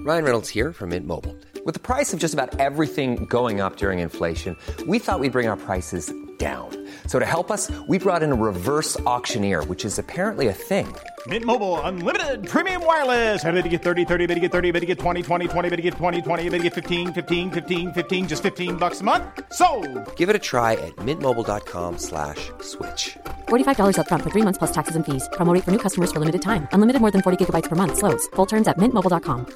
Ryan Reynolds here from Mint Mobile. With the price of just about everything going up during inflation, we thought we'd bring our prices down. So to help us, we brought in a reverse auctioneer, which is apparently a thing. Mint Mobile Unlimited Premium Wireless. How to get 30, 30, bit to get 30, bit to get 20, 20, 20, bit to get 20, 20, bit to get 15, 15, 15, 15, just $15 a month? Sold! Give it a try at mintmobile.com/switch. $45 up front for 3 months plus taxes and fees. Promo rate for new customers for limited time. Unlimited more than 40 gigabytes per month. Slows full terms at mintmobile.com.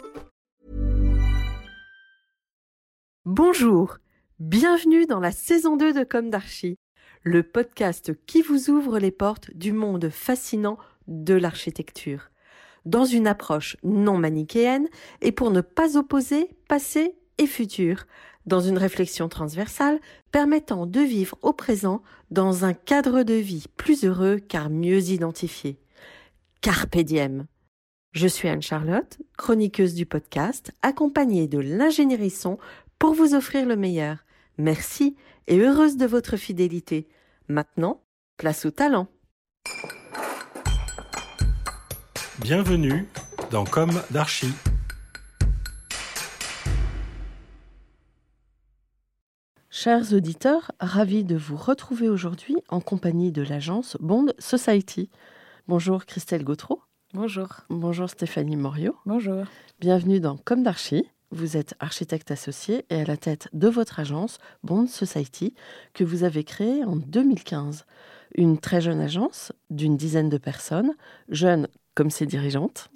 Bonjour, bienvenue dans la saison 2 de Comme d'Archi, le podcast qui vous ouvre les portes du monde fascinant de l'architecture, dans une approche non manichéenne et pour ne pas opposer passé et futur, dans une réflexion transversale permettant de vivre au présent dans un cadre de vie plus heureux car mieux identifié. Carpe diem. Je suis Anne-Charlotte, chroniqueuse du podcast, accompagnée de l'ingénierie son pour vous offrir le meilleur. Merci et heureuse de votre fidélité. Maintenant, place au talent. Bienvenue dans Comme d'Archi. Chers auditeurs, ravis de vous retrouver aujourd'hui en compagnie de l'agence Bond Society. Bonjour Christelle Gautreau. Bonjour. Bonjour Stéphanie Morio. Bonjour. Bienvenue dans Comme d'Archi. Vous êtes architecte associé et à la tête de votre agence Bond Society que vous avez créée en 2015. Une très jeune agence d'une dizaine de personnes, jeune comme ses dirigeantes.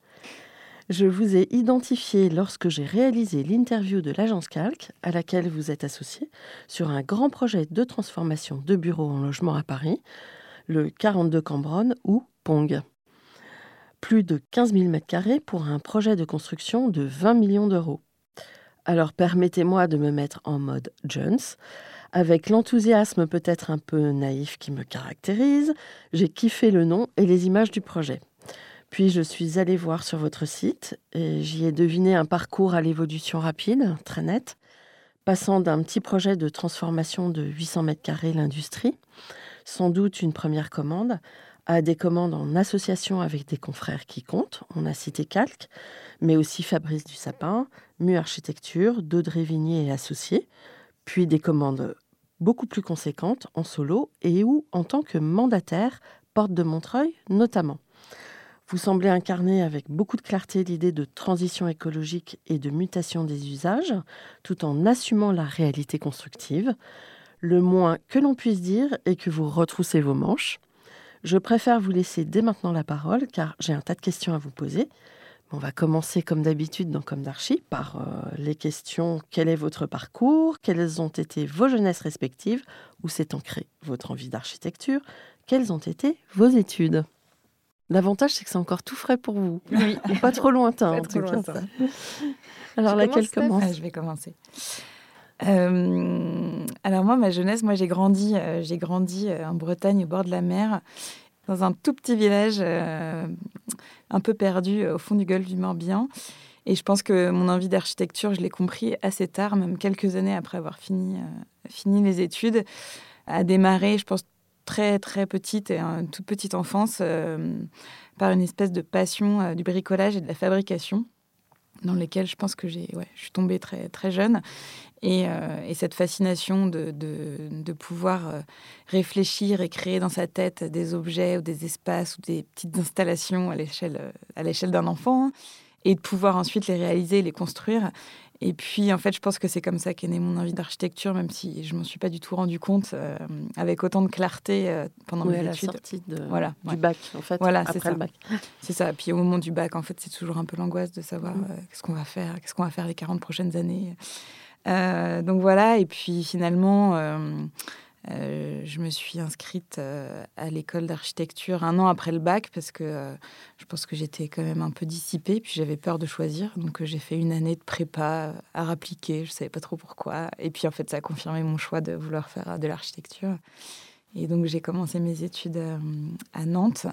Je vous ai identifié lorsque j'ai réalisé l'interview de l'agence Calque, à laquelle vous êtes associé, sur un grand projet de transformation de bureaux en logement à Paris, le 42 Cambronne ou Pong. Plus de 15 000 m² pour un projet de construction de 20 millions d'euros. Alors permettez-moi de me mettre en mode Jones. Avec l'enthousiasme peut-être un peu naïf qui me caractérise, j'ai kiffé le nom et les images du projet. Puis je suis allée voir sur votre site et j'y ai deviné un parcours à l'évolution rapide, très net, passant d'un petit projet de transformation de 800 m² l'industrie, sans doute une première commande, à des commandes en association avec des confrères qui comptent. On a cité Calque, mais aussi Fabrice du Sapin, Mu Architecture, d'Audrey Vignier et Associés, puis des commandes beaucoup plus conséquentes en solo et ou en tant que mandataire, Porte de Montreuil notamment. Vous semblez incarner avec beaucoup de clarté l'idée de transition écologique et de mutation des usages, tout en assumant la réalité constructive. Le moins que l'on puisse dire est que vous retroussez vos manches. Je préfère vous laisser dès maintenant la parole, car j'ai un tas de questions à vous poser. On va commencer comme d'habitude dans Comme d'Archi par les questions. Quel est votre parcours? Quelles ont été vos jeunesses respectives? Où s'est ancrée votre envie d'architecture? Quelles ont été vos études? L'avantage, c'est que c'est encore tout frais pour vous. Oui. Pas trop lointain, en Pas trop tout cas. lointain. Alors, laquelle commence? Je vais commencer. Alors moi, ma jeunesse, j'ai grandi en Bretagne, au bord de la mer, dans un tout petit village un peu perdu au fond du golfe du Morbihan. Et je pense que mon envie d'architecture, je l'ai compris assez tard, même quelques années après avoir fini les études, a démarré, je pense, très très petite et une toute petite enfance par une espèce de passion du bricolage et de la fabrication, dans lesquelles je pense que je suis tombée très, très jeune. Et cette fascination de pouvoir réfléchir et créer dans sa tête des objets ou des espaces ou des petites installations à l'échelle d'un enfant, et de pouvoir ensuite les réaliser, les construire. Et puis, en fait, je pense que c'est comme ça qu'est née mon envie d'architecture, même si je ne m'en suis pas du tout rendu compte avec autant de clarté pendant mes études. À la sortie du du bac, en fait, après le bac. C'est ça. Puis au moment du bac, en fait, c'est toujours un peu l'angoisse de savoir qu'est-ce qu'on va faire les 40 prochaines années. Donc voilà, et puis finalement, je me suis inscrite à l'école d'architecture 1 an après le bac parce que je pense que j'étais quand même un peu dissipée, puis j'avais peur de choisir. Donc j'ai fait une année de prépa à appliquer, je ne savais pas trop pourquoi. Et puis en fait, ça a confirmé mon choix de vouloir faire de l'architecture. Et donc j'ai commencé mes études à Nantes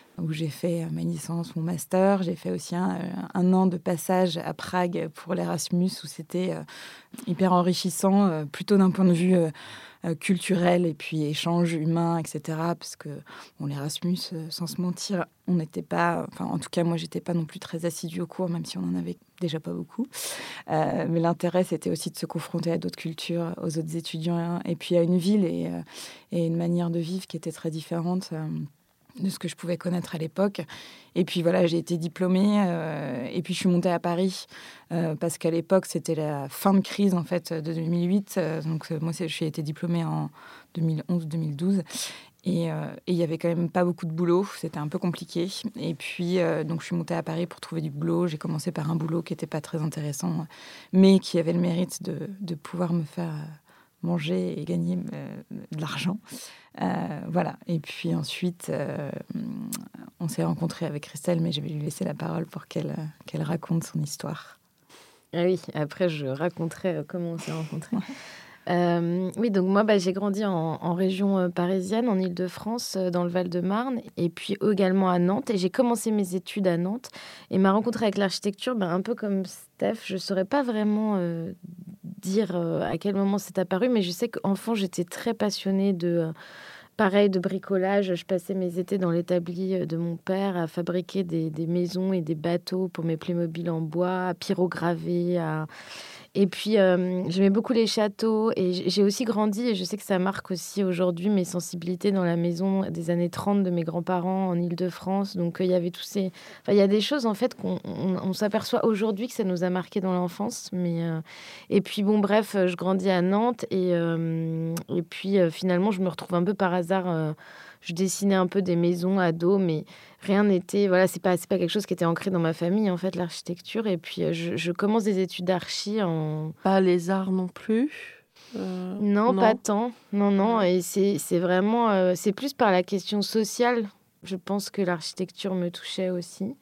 où j'ai fait ma licence, mon master. J'ai fait aussi un an de passage à Prague pour l'Erasmus, où c'était hyper enrichissant, plutôt d'un point de vue culturel et puis échange humain, etc. Parce que l'Erasmus, sans se mentir, on n'était pas... Enfin, en tout cas, moi, j'étais pas non plus très assidue au cours, même si on en avait déjà pas beaucoup. Mais l'intérêt, c'était aussi de se confronter à d'autres cultures, aux autres étudiants, et puis à une ville et une manière de vivre qui était très différente de ce que je pouvais connaître à l'époque. Et puis voilà, j'ai été diplômée et puis je suis montée à Paris parce qu'à l'époque, c'était la fin de crise en fait de 2008. Donc moi, j'ai été diplômée en 2011-2012. Et il y avait quand même pas beaucoup de boulot, c'était un peu compliqué. Et puis, donc je suis montée à Paris pour trouver du boulot. J'ai commencé par un boulot qui n'était pas très intéressant, mais qui avait le mérite de pouvoir me faire manger et gagner de l'argent. Voilà. Et puis ensuite, on s'est rencontrés avec Christelle, mais je vais lui laisser la parole pour qu'elle raconte son histoire. Ah oui, après je raconterai comment on s'est rencontrés. Oui, donc moi, j'ai grandi en région parisienne, en Île-de-France, dans le Val-de-Marne, et puis également à Nantes. Et j'ai commencé mes études à Nantes. Et ma rencontre avec l'architecture, un peu comme Steph, je ne saurais pas vraiment dire à quel moment c'est apparu, mais je sais qu'enfant, j'étais très passionnée pareil, de bricolage. Je passais mes étés dans l'établi de mon père à fabriquer des maisons et des bateaux pour mes Playmobil en bois, à pyrograver, Et puis, j'aimais beaucoup les châteaux et j'ai aussi grandi, et je sais que ça marque aussi aujourd'hui mes sensibilités dans la maison des années 30 de mes grands-parents en Île-de-France. Donc, il y avait tous ces... Enfin, il y a des choses, en fait, on s'aperçoit aujourd'hui que ça nous a marqué dans l'enfance. Et puis, bon, bref, je grandis à Nantes et puis, finalement, je me retrouve un peu par hasard... Je dessinais un peu des maisons ado, mais rien n'était... Voilà, c'est pas quelque chose qui était ancré dans ma famille, en fait, l'architecture. Et puis, je commence des études d'archi Pas les arts non plus Non, pas tant. Non. Et c'est vraiment... c'est plus par la question sociale. Je pense que l'architecture me touchait aussi.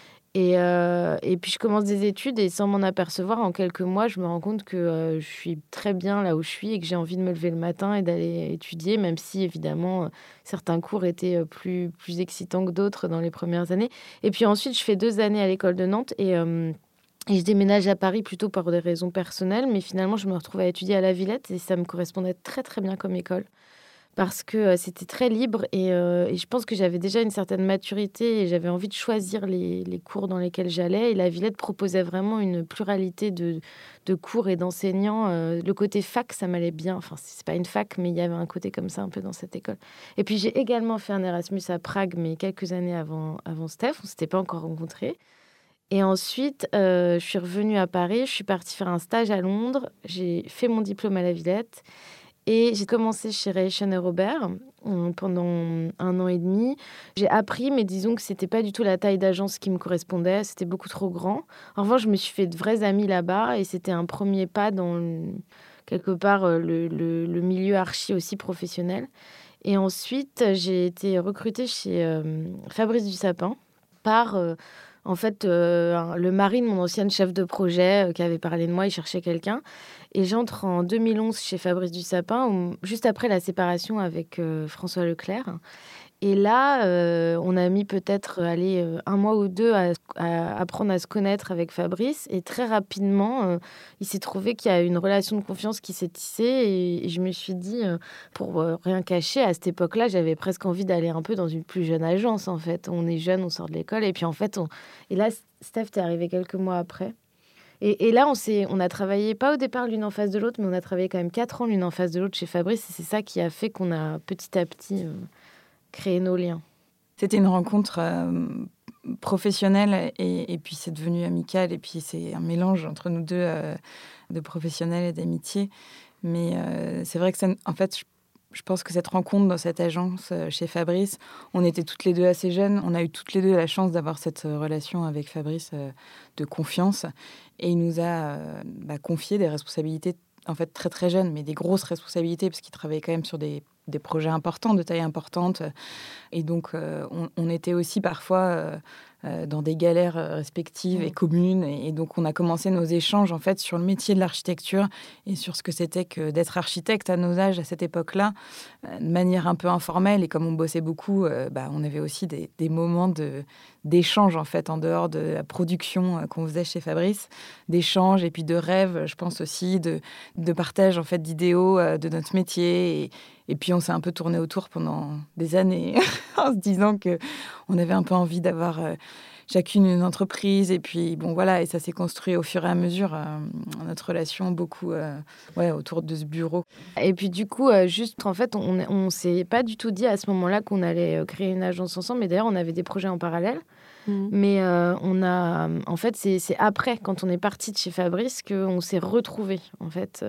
Et puis, je commence des études et sans m'en apercevoir, en quelques mois, je me rends compte que je suis très bien là où je suis et que j'ai envie de me lever le matin et d'aller étudier, même si, évidemment, certains cours étaient plus excitants que d'autres dans les premières années. Et puis ensuite, je fais 2 années à l'école de Nantes et je déménage à Paris plutôt pour des raisons personnelles. Mais finalement, je me retrouve à étudier à la Villette et ça me correspondait très, très bien comme école. Parce que c'était très libre et je pense que j'avais déjà une certaine maturité et j'avais envie de choisir les cours dans lesquels j'allais. Et la Villette proposait vraiment une pluralité de cours et d'enseignants. Le côté fac, ça m'allait bien. Enfin, c'est pas une fac, mais il y avait un côté comme ça un peu dans cette école. Et puis, j'ai également fait un Erasmus à Prague, mais quelques années avant Steph. On ne s'était pas encore rencontrés. Et ensuite, je suis revenue à Paris. Je suis partie faire un stage à Londres. J'ai fait mon diplôme à la Villette. Et j'ai commencé chez Reichen et Robert pendant 1 an et demi. J'ai appris, mais disons que c'était pas du tout la taille d'agence qui me correspondait. C'était beaucoup trop grand. En revanche, je me suis fait de vrais amis là-bas et c'était un premier pas dans quelque part le milieu archi aussi professionnel. Et ensuite, j'ai été recrutée chez Fabrice Dussapin par... En fait, le mari de mon ancienne chef de projet qui avait parlé de moi, il cherchait quelqu'un. Et j'entre en 2011 chez Fabrice Dussapin, juste après la séparation avec François Leclerc. Et là, on a mis peut-être 1 mois ou 2 à apprendre à se connaître avec Fabrice. Et très rapidement, il s'est trouvé qu'il y a une relation de confiance qui s'est tissée. Et je me suis dit, pour rien cacher, à cette époque-là, j'avais presque envie d'aller un peu dans une plus jeune agence, en fait. On est jeune, on sort de l'école. Et puis, en fait, et là, Steph, t'es arrivé quelques mois après. Et là, on a travaillé, pas au départ l'une en face de l'autre, mais on a travaillé quand même 4 ans l'une en face de l'autre chez Fabrice. Et c'est ça qui a fait qu'on a petit à petit... créer nos liens. C'était une rencontre professionnelle et puis c'est devenu amical et puis c'est un mélange entre nous deux de professionnels et d'amitié. Mais c'est vrai que en fait, je pense que cette rencontre dans cette agence chez Fabrice, on était toutes les deux assez jeunes. On a eu toutes les deux la chance d'avoir cette relation avec Fabrice de confiance et il nous a confié des responsabilités en fait très très jeunes, mais des grosses responsabilités parce qu'il travaillait quand même sur des projets importants, de taille importante. Et donc, on était aussi parfois dans des galères respectives et communes. Et donc, on a commencé nos échanges, en fait, sur le métier de l'architecture et sur ce que c'était que d'être architecte à nos âges, à cette époque-là, de manière un peu informelle. Et comme on bossait beaucoup, on avait aussi des moments d'échange, en fait, en dehors de la production qu'on faisait chez Fabrice, d'échange et puis de rêves, je pense aussi, de partage, en fait, d'idéaux de notre métier. Et puis, on s'est un peu tourné autour pendant des années en se disant qu'on avait un peu envie d'avoir chacune une entreprise. Et puis, et ça s'est construit au fur et à mesure, notre relation, beaucoup autour de ce bureau. Et puis, du coup, juste, en fait, on s'est pas du tout dit à ce moment-là qu'on allait créer une agence ensemble. Mais d'ailleurs, on avait des projets en parallèle. Mais en fait, c'est après, quand on est parti de chez Fabrice, qu'on s'est retrouvés, en fait.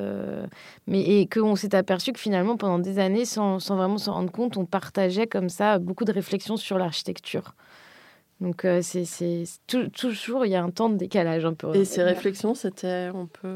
Et qu'on s'est aperçu que finalement, pendant des années, sans vraiment s'en rendre compte, on partageait comme ça beaucoup de réflexions sur l'architecture. Donc, toujours, il y a un temps de décalage un peu. Et ces réflexions, c'était,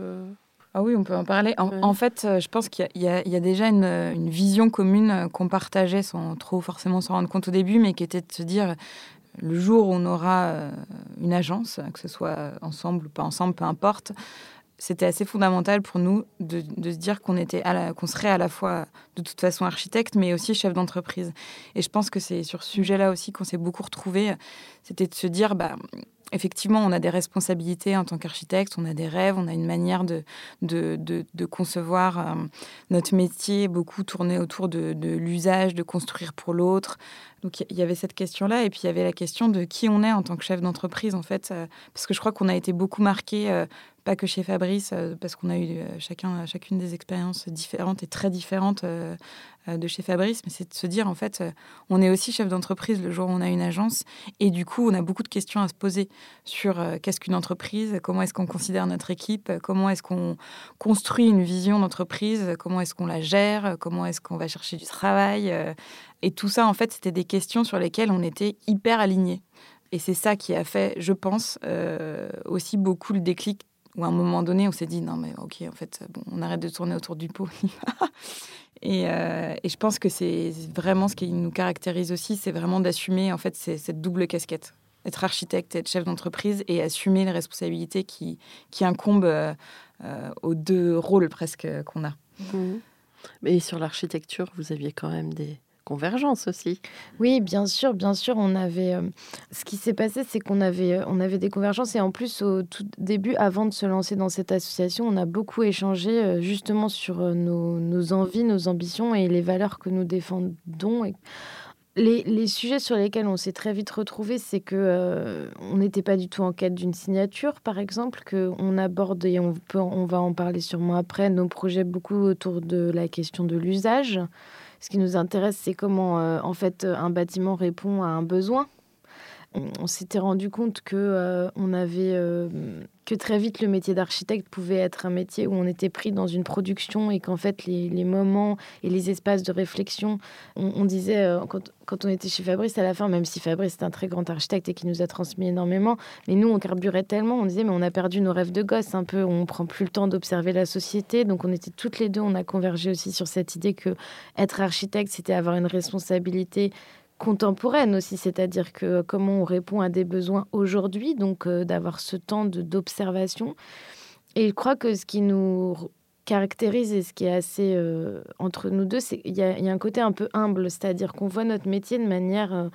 Ah oui, on peut en parler. En fait, je pense qu'il y a déjà une vision commune qu'on partageait sans trop forcément s'en rendre compte au début, mais qui était de se dire... Le jour où on aura une agence, que ce soit ensemble ou pas ensemble, peu importe, c'était assez fondamental pour nous de se dire qu'on serait à la fois de toute façon architecte, mais aussi chef d'entreprise. Et je pense que c'est sur ce sujet-là aussi qu'on s'est beaucoup retrouvés. C'était de se dire, effectivement, on a des responsabilités en tant qu'architecte, on a des rêves, on a une manière de concevoir notre métier, beaucoup tourné autour de l'usage, de construire pour l'autre. Donc, il y avait cette question-là, et puis il y avait la question de qui on est en tant que chef d'entreprise, en fait, parce que je crois qu'on a été beaucoup marqués, pas que chez Fabrice, parce qu'on a eu chacune des expériences différentes et très différentes de chez Fabrice, mais c'est de se dire, en fait, on est aussi chef d'entreprise le jour où on a une agence, et du coup, on a beaucoup de questions à se poser sur qu'est-ce qu'une entreprise, comment est-ce qu'on considère notre équipe, comment est-ce qu'on construit une vision d'entreprise, comment est-ce qu'on la gère, comment est-ce qu'on va chercher du travail. Et tout ça, en fait, c'était des questions sur lesquelles on était hyper alignés. Et c'est ça qui a fait, je pense, aussi beaucoup le déclic, où à un moment donné, on s'est dit, non mais ok, en fait, on arrête de tourner autour du pot. Et je pense que c'est vraiment ce qui nous caractérise aussi, c'est vraiment d'assumer, en fait, cette double casquette. Être architecte, être chef d'entreprise et assumer les responsabilités qui incombent aux deux rôles presque qu'on a. Mais sur l'architecture, vous aviez quand même des convergences aussi. Oui, bien sûr. On avait. Ce qui s'est passé, c'est qu'on avait des convergences, et en plus, au tout début, avant de se lancer dans cette association, on a beaucoup échangé justement sur nos envies, nos ambitions et les valeurs que nous défendons. Et les sujets sur lesquels on s'est très vite retrouvés, c'est que on n'était pas du tout en quête d'une signature, par exemple, qu'on aborde, et on va en parler sûrement après, nos projets beaucoup autour de la question de l'usage. Ce qui nous intéresse, c'est comment, en fait, un bâtiment répond à un besoin. On s'était rendu compte que très vite, le métier d'architecte pouvait être un métier où on était pris dans une production, et qu'en fait, les moments et les espaces de réflexion, on disait, quand on était chez Fabrice, à la fin, même si Fabrice est un très grand architecte et qui nous a transmis énormément, mais nous, on carburait tellement, on disait, mais on a perdu nos rêves de gosse un peu, on prend plus le temps d'observer la société. Donc, on était toutes les deux, on a convergé aussi sur cette idée que être architecte, c'était avoir une responsabilité contemporaine aussi, c'est-à-dire que comment on répond à des besoins aujourd'hui, donc d'avoir ce temps d'observation. Et je crois que ce qui nous caractérise et ce qui est assez entre nous deux, c'est qu'il y a un côté un peu humble, c'est-à-dire qu'on voit notre métier de manière...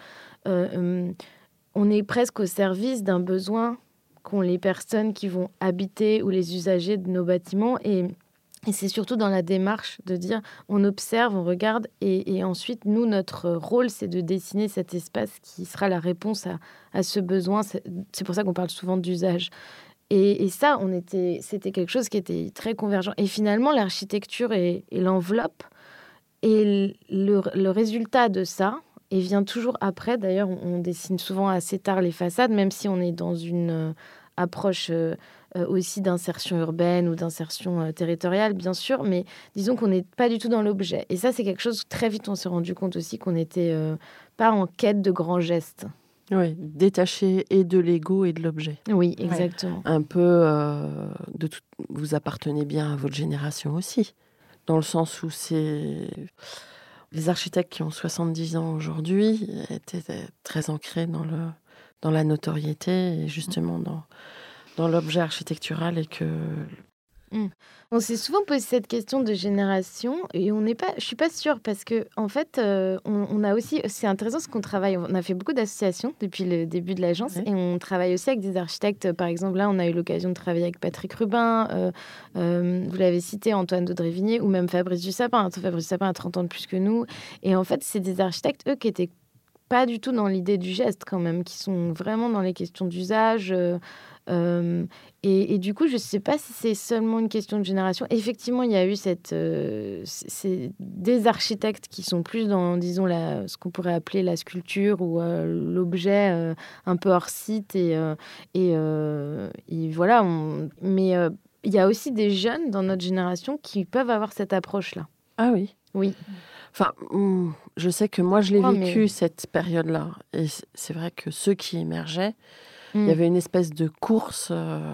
on est presque au service d'un besoin qu'ont les personnes qui vont habiter ou les usagers de nos bâtiments, et c'est surtout dans la démarche de dire, on observe, on regarde, et ensuite, nous, notre rôle, c'est de dessiner cet espace qui sera la réponse à ce besoin. C'est pour ça qu'on parle souvent d'usage. Et ça, c'était quelque chose qui était très convergent. Et finalement, l'architecture et l'enveloppe, et le résultat de ça, et vient toujours après. D'ailleurs, on dessine souvent assez tard les façades, même si on est dans une approche... aussi d'insertion urbaine ou d'insertion territoriale, bien sûr, mais disons qu'on n'est pas du tout dans l'objet. Et ça, c'est quelque chose, très vite, on s'est rendu compte aussi qu'on n'était pas en quête de grands gestes. Oui, détaché et de l'ego et de l'objet. Oui, exactement. Ouais. Un peu, vous appartenez bien à votre génération aussi, dans le sens où c'est... Les architectes qui ont 70 ans aujourd'hui étaient très ancrés dans la notoriété et justement dans l'objet architectural et que... On s'est souvent posé cette question de génération et je suis pas sûre parce que en fait, on a aussi, c'est intéressant parce qu'on travaille, on a fait beaucoup d'associations depuis le début de l'agence et on travaille aussi avec des architectes. Par exemple, là, on a eu l'occasion de travailler avec Patrick Rubin, vous l'avez cité, Antoine d'Audrey-Vigné ou même Fabrice Dussapin. Fabrice Dussapin a 30 ans de plus que nous et en fait, c'est des architectes, eux, qui étaient pas du tout dans l'idée du geste quand même, qui sont vraiment dans les questions d'usage. Et du coup, je ne sais pas si c'est seulement une question de génération. Effectivement, il y a eu des architectes qui sont plus dans, disons, ce qu'on pourrait appeler la sculpture ou l'objet un peu hors site. Et voilà. Mais il y a aussi des jeunes dans notre génération qui peuvent avoir cette approche-là. Ah oui. Oui. Enfin, je sais que moi, je l'ai vécu, cette période-là. Et c'est vrai que ceux qui émergeaient, il y avait une espèce de course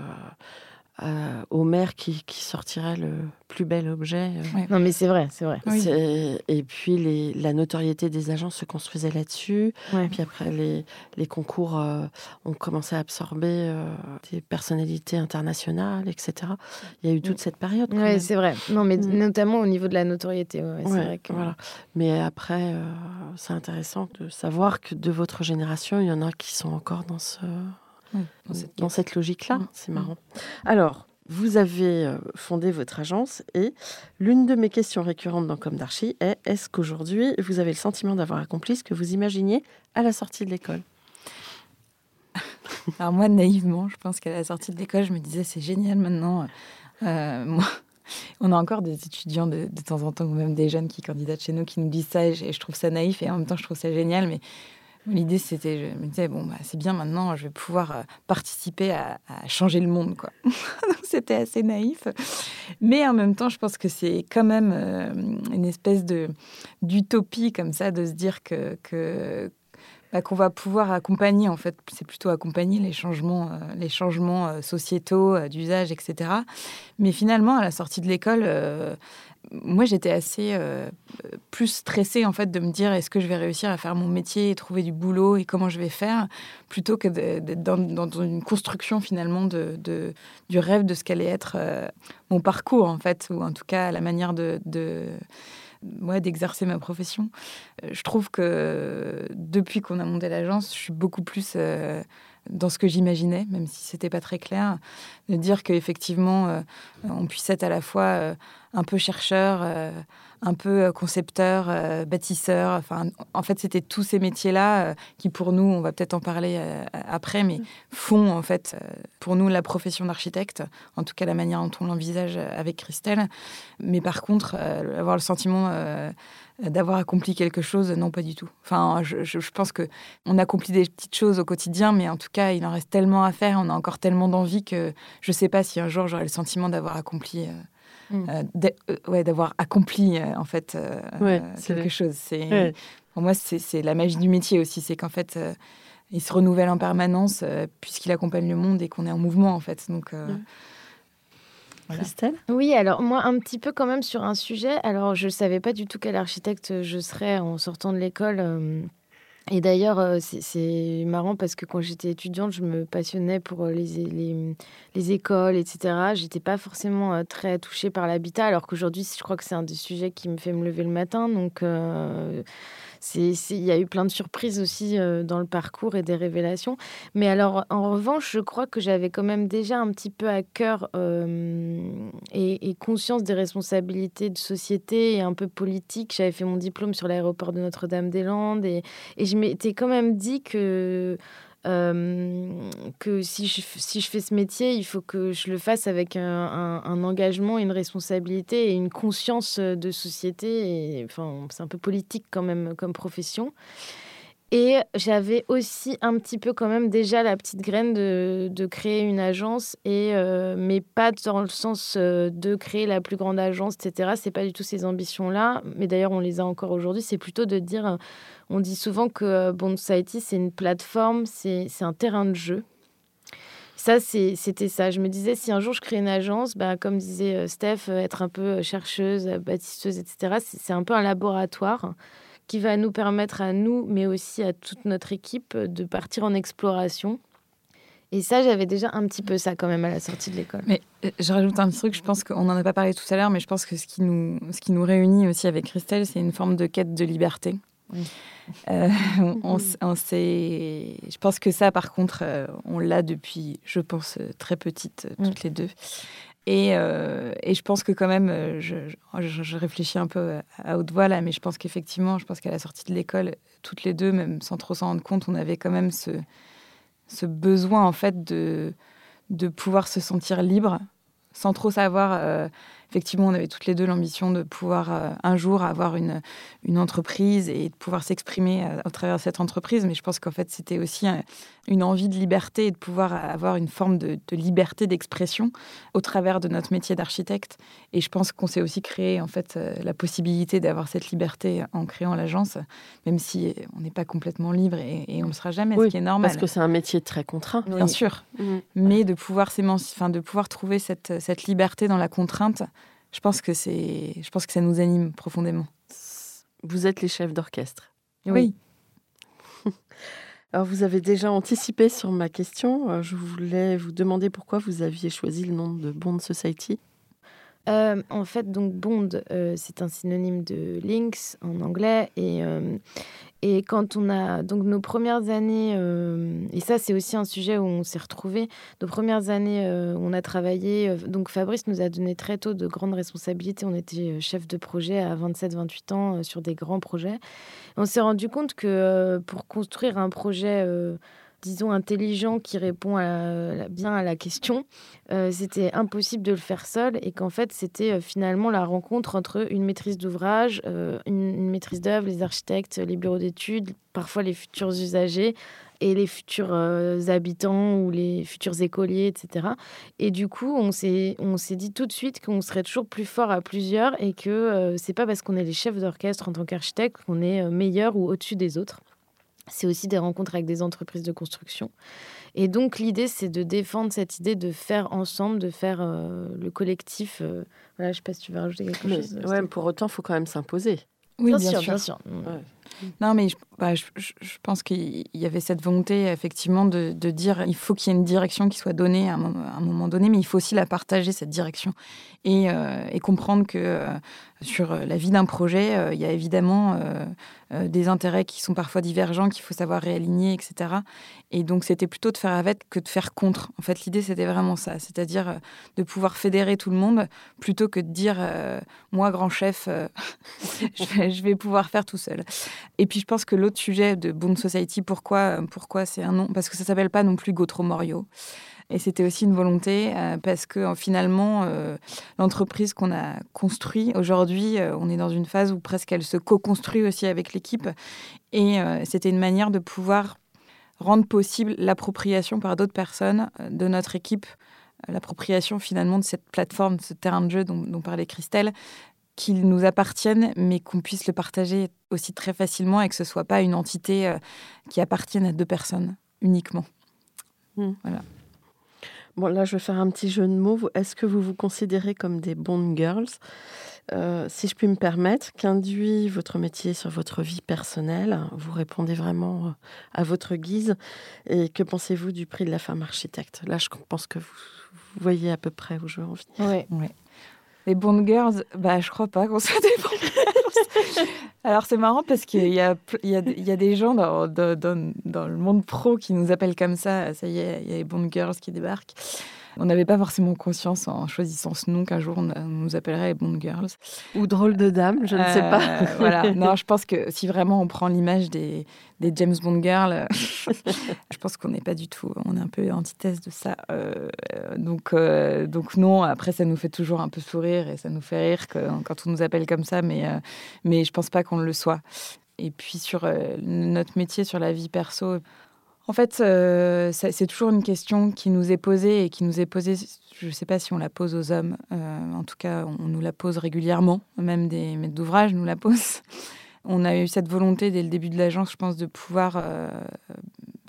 au maire qui sortirait le plus bel objet. Non, mais c'est vrai. Oui. Et puis, la notoriété des agences se construisait là-dessus. Ouais. Puis après, les concours ont commencé à absorber des personnalités internationales, etc. Il y a eu toute cette période. Oui, c'est vrai. Non, mais notamment au niveau de la notoriété. C'est vrai que... Voilà. Mais après, c'est intéressant de savoir que de votre génération, il y en a qui sont encore dans cette logique-là. C'est marrant. Alors, vous avez fondé votre agence et l'une de mes questions récurrentes dans Comme d'Archi est: est-ce qu'aujourd'hui, vous avez le sentiment d'avoir accompli ce que vous imaginiez à la sortie de l'école ? Alors moi, naïvement, je pense qu'à la sortie de l'école, je me disais c'est génial maintenant. Moi, on a encore des étudiants de temps en temps, ou même des jeunes qui candidatent chez nous, qui nous disent ça et je trouve ça naïf et en même temps, je trouve ça génial. Mais l'idée, c'était, je me disais, c'est bien maintenant, je vais pouvoir participer à changer le monde, quoi. Donc, c'était assez naïf. Mais en même temps, je pense que c'est quand même une espèce d'utopie comme ça, de se dire qu'on va pouvoir accompagner, en fait, c'est plutôt accompagner les changements sociétaux, d'usage, etc. Mais finalement, à la sortie de l'école... moi, j'étais assez plus stressée, en fait, de me dire est-ce que je vais réussir à faire mon métier et trouver du boulot et comment je vais faire, plutôt que d'être dans une construction, finalement, du rêve de ce qu'allait être mon parcours, en fait, ou en tout cas la manière d'exercer ma profession. Je trouve que depuis qu'on a monté l'agence, je suis beaucoup plus... dans ce que j'imaginais, même si c'était pas très clair, de dire qu'effectivement, on puisse être à la fois un peu chercheur, un peu concepteur, bâtisseur. Enfin, en fait, c'était tous ces métiers-là qui, pour nous, on va peut-être en parler après, mais font, en fait, pour nous, la profession d'architecte, en tout cas la manière dont on l'envisage avec Christelle. Mais par contre, avoir le sentiment... d'avoir accompli quelque chose, non, pas du tout. Enfin, je pense qu'on accomplit des petites choses au quotidien, mais en tout cas, il en reste tellement à faire, on a encore tellement d'envie que je ne sais pas si un jour j'aurai le sentiment d'avoir accompli, en fait, quelque chose. Pour moi, c'est la magie du métier aussi, c'est qu'en fait, il se renouvelle en permanence puisqu'il accompagne le monde et qu'on est en mouvement, en fait. Donc... Voilà. Christelle ? Oui, alors moi, un petit peu quand même sur un sujet. Alors, je ne savais pas du tout quel architecte je serais en sortant de l'école. Et d'ailleurs, c'est marrant parce que quand j'étais étudiante, je me passionnais pour les écoles, etc. Je n'étais pas forcément très touchée par l'habitat, alors qu'aujourd'hui, je crois que c'est un des sujets qui me fait me lever le matin. Donc... il y a eu plein de surprises aussi dans le parcours et des révélations. Mais alors, en revanche, je crois que j'avais quand même déjà un petit peu à cœur et conscience des responsabilités de société et un peu politique. J'avais fait mon diplôme sur l'aéroport de Notre-Dame-des-Landes et je m'étais quand même dit que si je fais ce métier, il faut que je le fasse avec un engagement, une responsabilité et une conscience de société. Enfin, c'est un peu politique quand même comme profession. Et j'avais aussi un petit peu quand même déjà la petite graine de créer une agence, mais pas dans le sens de créer la plus grande agence, etc. C'est pas du tout ces ambitions-là. Mais d'ailleurs, on les a encore aujourd'hui. C'est plutôt de dire... On dit souvent que Bond Society, c'est une plateforme, c'est un terrain de jeu. Ça, c'était ça. Je me disais, si un jour je crée une agence, comme disait Steph, être un peu chercheuse, bâtisseuse, etc., c'est un peu un laboratoire qui va nous permettre à nous, mais aussi à toute notre équipe, de partir en exploration. Et ça, j'avais déjà un petit peu ça quand même à la sortie de l'école. Mais je rajoute un petit truc, je pense qu'on n'en a pas parlé tout à l'heure, mais je pense que ce qui nous réunit aussi avec Christelle, c'est une forme de quête de liberté. Oui. Je pense que ça, par contre, on l'a depuis, je pense, très petite, toutes les deux. Et je pense que quand même, je réfléchis un peu à haute voix là, mais je pense qu'effectivement, qu'à la sortie de l'école, toutes les deux, même sans trop s'en rendre compte, on avait quand même ce besoin en fait de pouvoir se sentir libre, sans trop savoir. Effectivement, on avait toutes les deux l'ambition de pouvoir un jour avoir une entreprise et de pouvoir s'exprimer au travers de cette entreprise. Mais je pense qu'en fait, c'était aussi une envie de liberté et de pouvoir avoir une forme de liberté d'expression au travers de notre métier d'architecte. Et je pense qu'on s'est aussi créé en fait la possibilité d'avoir cette liberté en créant l'agence, même si on n'est pas complètement libre et on ne le sera jamais, ce qui est normal. Parce que c'est un métier très contraint. Bien sûr. Mais de pouvoir de pouvoir trouver cette liberté dans la contrainte, je pense que ça nous anime profondément. Vous êtes les chefs d'orchestre. Oui. Alors, vous avez déjà anticipé sur ma question. Je voulais vous demander pourquoi vous aviez choisi le nom de Bond Society. En fait, donc Bond, c'est un synonyme de Links en anglais. Et quand on a donc nos premières années, et ça c'est aussi un sujet où on s'est retrouvés, nos premières années, on a travaillé, donc Fabrice nous a donné très tôt de grandes responsabilités. On était chef de projet à 27-28 ans sur des grands projets. On s'est rendu compte que pour construire un projet disons, intelligent qui répond bien à la question, c'était impossible de le faire seul et qu'en fait, c'était finalement la rencontre entre une maîtrise d'ouvrage, une maîtrise d'œuvre, les architectes, les bureaux d'études, parfois les futurs usagers et les futurs habitants ou les futurs écoliers, etc. Et du coup, on s'est dit tout de suite qu'on serait toujours plus fort à plusieurs et que c'est pas parce qu'on est les chefs d'orchestre en tant qu'architecte qu'on est meilleur ou au-dessus des autres. C'est aussi des rencontres avec des entreprises de construction. Et donc, l'idée, c'est de défendre cette idée de faire ensemble, de faire le collectif. Voilà, je ne sais pas si tu veux rajouter quelque chose. Ouais, pour autant, il faut quand même s'imposer. Oui, bien sûr. Ouais. Non, mais je pense qu'il y avait cette volonté, effectivement, de dire il faut qu'il y ait une direction qui soit donnée à un moment donné, mais il faut aussi la partager, cette direction. Et comprendre que sur la vie d'un projet, il y a évidemment des intérêts qui sont parfois divergents, qu'il faut savoir réaligner, etc. Et donc, c'était plutôt de faire avec que de faire contre. En fait, l'idée, c'était vraiment ça, c'est-à-dire de pouvoir fédérer tout le monde, plutôt que de dire moi, grand chef, je vais pouvoir faire tout seul. Et puis, je pense que l'autre sujet de Bond Society, pourquoi c'est un nom ? Parce que ça ne s'appelle pas non plus Gautreau Morio. Et c'était aussi une volonté parce que finalement, l'entreprise qu'on a construite, aujourd'hui, on est dans une phase où presque elle se co-construit aussi avec l'équipe. Et c'était une manière de pouvoir rendre possible l'appropriation par d'autres personnes de notre équipe, l'appropriation finalement de cette plateforme, de ce terrain de jeu dont parlait Christelle, qu'ils nous appartiennent, mais qu'on puisse le partager aussi très facilement et que ce ne soit pas une entité qui appartienne à deux personnes uniquement. Voilà. Bon, là, je vais faire un petit jeu de mots. Est-ce que vous vous considérez comme des Bond Girls ? Si je puis me permettre, qu'induit votre métier sur votre vie personnelle ? Vous répondez vraiment à votre guise. Et que pensez-vous du prix de la femme architecte ? Là, je pense que vous voyez à peu près où je veux en venir. Oui. Les Bond Girls, je crois pas qu'on soit des Bond Girls. Alors, c'est marrant parce qu'il y a des gens dans le monde pro qui nous appellent comme ça. Ça y est, il y a les Bond Girls qui débarquent. On n'avait pas forcément conscience en choisissant ce nom qu'un jour on nous appellerait les Bond Girls. Ou drôle de dame, je ne sais pas. Voilà. Non, je pense que si vraiment on prend l'image des James Bond Girls, je pense qu'on n'est pas du tout. On est un peu antithèse de ça. Donc non, après ça nous fait toujours un peu sourire et ça nous fait rire quand on nous appelle comme ça, mais je pense pas qu'on le soit. Et puis sur notre métier, sur la vie perso, en fait, c'est toujours une question qui nous est posée et qui nous est posée, je ne sais pas si on la pose aux hommes, en tout cas, on nous la pose régulièrement, même des maîtres d'ouvrage nous la posent. On a eu cette volonté dès le début de l'agence, je pense, de pouvoir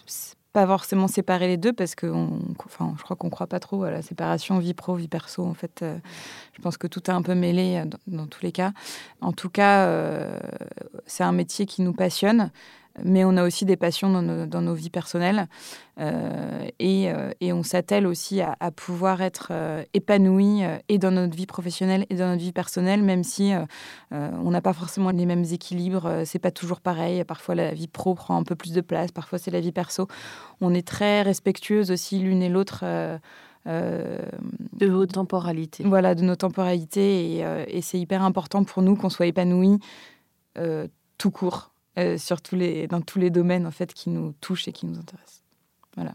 pas forcément séparer les deux parce que je crois qu'on ne croit pas trop à la séparation vie pro, vie perso. En fait, je pense que tout est un peu mêlé dans tous les cas. En tout cas, c'est un métier qui nous passionne, mais on a aussi des passions dans nos vies personnelles et on s'attelle aussi à pouvoir être épanoui et dans notre vie professionnelle et dans notre vie personnelle, même si on n'a pas forcément les mêmes équilibres. C'est pas toujours pareil. Parfois, la vie pro prend un peu plus de place. Parfois, c'est la vie perso. On est très respectueuses aussi l'une et l'autre. De vos temporalités. Voilà, de nos temporalités. Et c'est hyper important pour nous qu'on soit épanouis tout court. Dans tous les domaines en fait, qui nous touchent et qui nous intéressent. Voilà.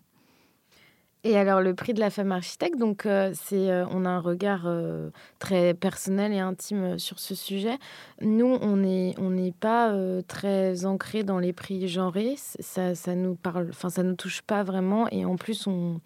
Et alors, le prix de la femme architecte, donc, on a un regard très personnel et intime sur ce sujet. Nous, on n'est pas très ancrés dans les prix genrés. Ça nous parle, ça nous touche pas vraiment. Et en plus, on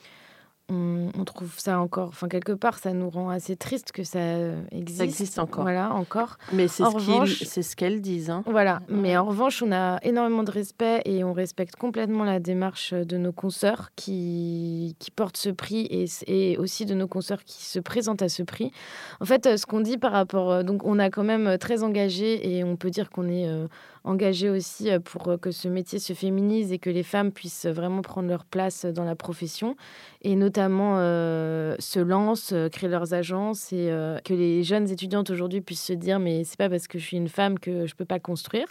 trouve ça encore, quelque part, ça nous rend assez triste que ça existe. Ça existe encore. Voilà, encore. Mais c'est ce qu'elles disent. Hein. Voilà. Mais en revanche, on a énormément de respect et on respecte complètement la démarche de nos consoeurs qui portent ce prix et aussi de nos consoeurs qui se présentent à ce prix. En fait, ce qu'on dit par rapport... donc, on a quand même très engagé et on peut dire qu'on est... engagés aussi pour que ce métier se féminise et que les femmes puissent vraiment prendre leur place dans la profession et notamment se lancent, créent leurs agences et que les jeunes étudiantes aujourd'hui puissent se dire mais c'est pas parce que je suis une femme que je peux pas construire.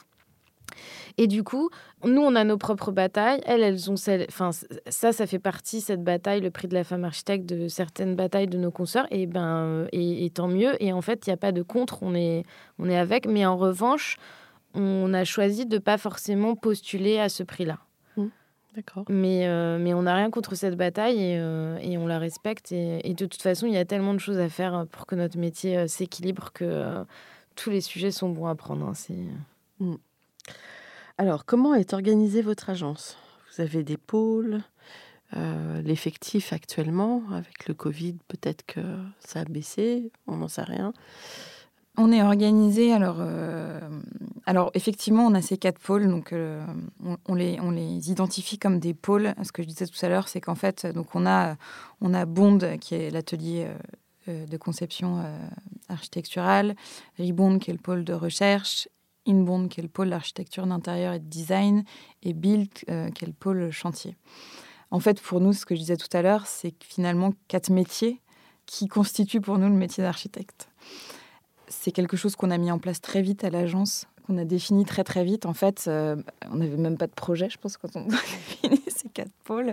Et du coup, nous, on a nos propres batailles. Elles ont celles... ça fait partie, cette bataille, le prix de la femme architecte, de certaines batailles de nos consoeurs. Et tant mieux. Et en fait, il n'y a pas de contre. On est avec. Mais en revanche, on a choisi de ne pas forcément postuler à ce prix-là. D'accord. Mais on n'a rien contre cette bataille et on la respecte. Et de toute façon, il y a tellement de choses à faire pour que notre métier s'équilibre que tous les sujets sont bons à prendre. Hein, Alors, comment est organisée votre agence ? Vous avez des pôles, l'effectif actuellement, avec le Covid, peut-être que ça a baissé, on n'en sait rien. On est organisé, alors effectivement, on a ces 4 pôles, donc on les identifie comme des pôles. Ce que je disais tout à l'heure, c'est qu'en fait, donc on a Bond, qui est l'atelier de conception architecturale, Ribond, qui est le pôle de recherche, Inbond, qui est le pôle d'architecture d'intérieur et de design, et Build, qui est le pôle chantier. En fait, pour nous, ce que je disais tout à l'heure, c'est finalement 4 métiers qui constituent pour nous le métier d'architecte. C'est quelque chose qu'on a mis en place très vite à l'agence, qu'on a défini très très vite. En fait, on n'avait même pas de projet, je pense, quand on a défini ces 4 pôles,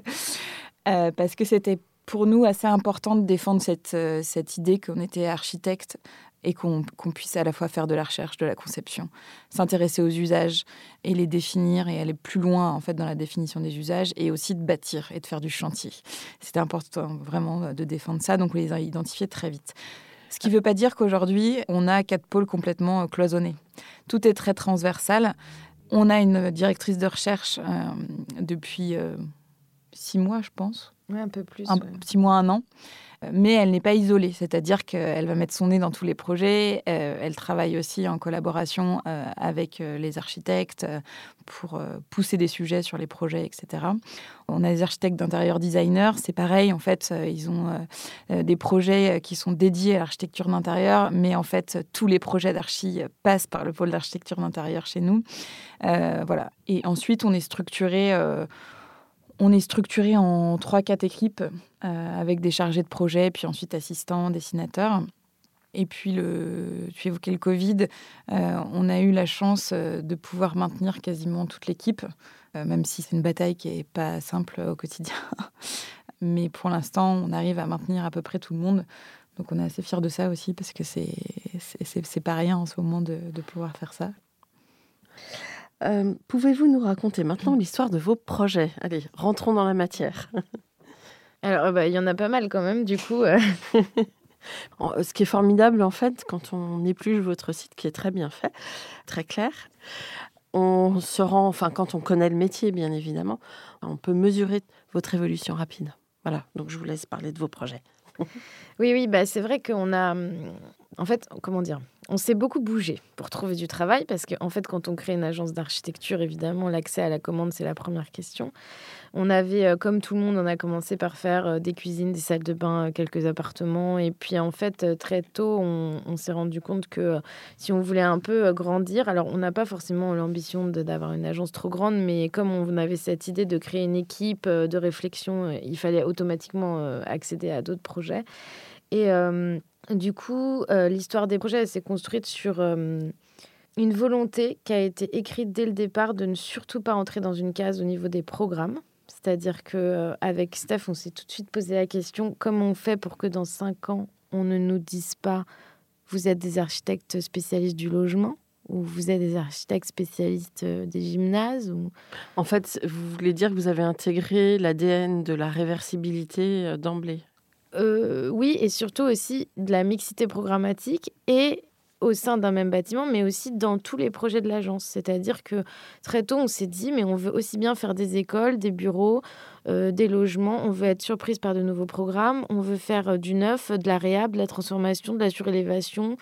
parce que c'était pour nous assez important de défendre cette idée qu'on était architecte et qu'on puisse à la fois faire de la recherche, de la conception, s'intéresser aux usages et les définir et aller plus loin en fait dans la définition des usages et aussi de bâtir et de faire du chantier. C'était important vraiment de défendre ça, donc on les a identifiés très vite. Ce qui ne veut pas dire qu'aujourd'hui, on a 4 pôles complètement cloisonnés. Tout est très transversal. On a une directrice de recherche depuis 6 mois, je pense. Oui, un peu plus. 6 mois, 1 an. Mais elle n'est pas isolée, c'est-à-dire qu'elle va mettre son nez dans tous les projets. Elle travaille aussi en collaboration avec les architectes pour pousser des sujets sur les projets, etc. On a des architectes d'intérieur designers, c'est pareil. En fait, ils ont des projets qui sont dédiés à l'architecture d'intérieur, mais en fait, tous les projets d'archi passent par le pôle d'architecture d'intérieur chez nous. Voilà. Et ensuite, on est structuré en 3-4 équipes avec des chargés de projet, puis ensuite assistants, dessinateurs. Et puis, tu évoquais le Covid. On a eu la chance de pouvoir maintenir quasiment toute l'équipe, même si c'est une bataille qui n'est pas simple au quotidien. Mais pour l'instant, on arrive à maintenir à peu près tout le monde. Donc, on est assez fiers de ça aussi, parce que c'est pas rien en ce moment de pouvoir faire ça. Pouvez-vous nous raconter maintenant l'histoire de vos projets ? Allez, rentrons dans la matière. Alors, il y en a pas mal quand même, du coup. Ce qui est formidable, en fait, quand on épluche votre site, qui est très bien fait, très clair, on se rend, quand on connaît le métier, bien évidemment, on peut mesurer votre évolution rapide. Voilà, donc je vous laisse parler de vos projets. Oui, c'est vrai qu'on a... En fait, comment dire ? On s'est beaucoup bougé pour trouver du travail parce qu'en fait, quand on crée une agence d'architecture, évidemment, l'accès à la commande, c'est la première question. On avait, comme tout le monde, on a commencé par faire des cuisines, des salles de bain, quelques appartements. Et puis, en fait, très tôt, on s'est rendu compte que si on voulait un peu grandir, alors on n'a pas forcément l'ambition d'avoir une agence trop grande, mais comme on avait cette idée de créer une équipe de réflexion, il fallait automatiquement accéder à d'autres projets. Et du coup, l'histoire des projets, elle s'est construite sur une volonté qui a été écrite dès le départ de ne surtout pas entrer dans une case au niveau des programmes. C'est-à-dire qu'avec Steph, on s'est tout de suite posé la question, comment on fait pour que dans 5 ans, on ne nous dise pas « vous êtes des architectes spécialistes du logement » ou « vous êtes des architectes spécialistes des gymnases » ou... En fait, vous voulez dire que vous avez intégré l'ADN de la réversibilité d'emblée ? Oui, et surtout aussi de la mixité programmatique et au sein d'un même bâtiment, mais aussi dans tous les projets de l'agence. C'est-à-dire que très tôt, on s'est dit, mais on veut aussi bien faire des écoles, des bureaux, des logements. On veut être surprise par de nouveaux programmes. On veut faire du neuf, de la réhab, de la transformation, de la surélévation.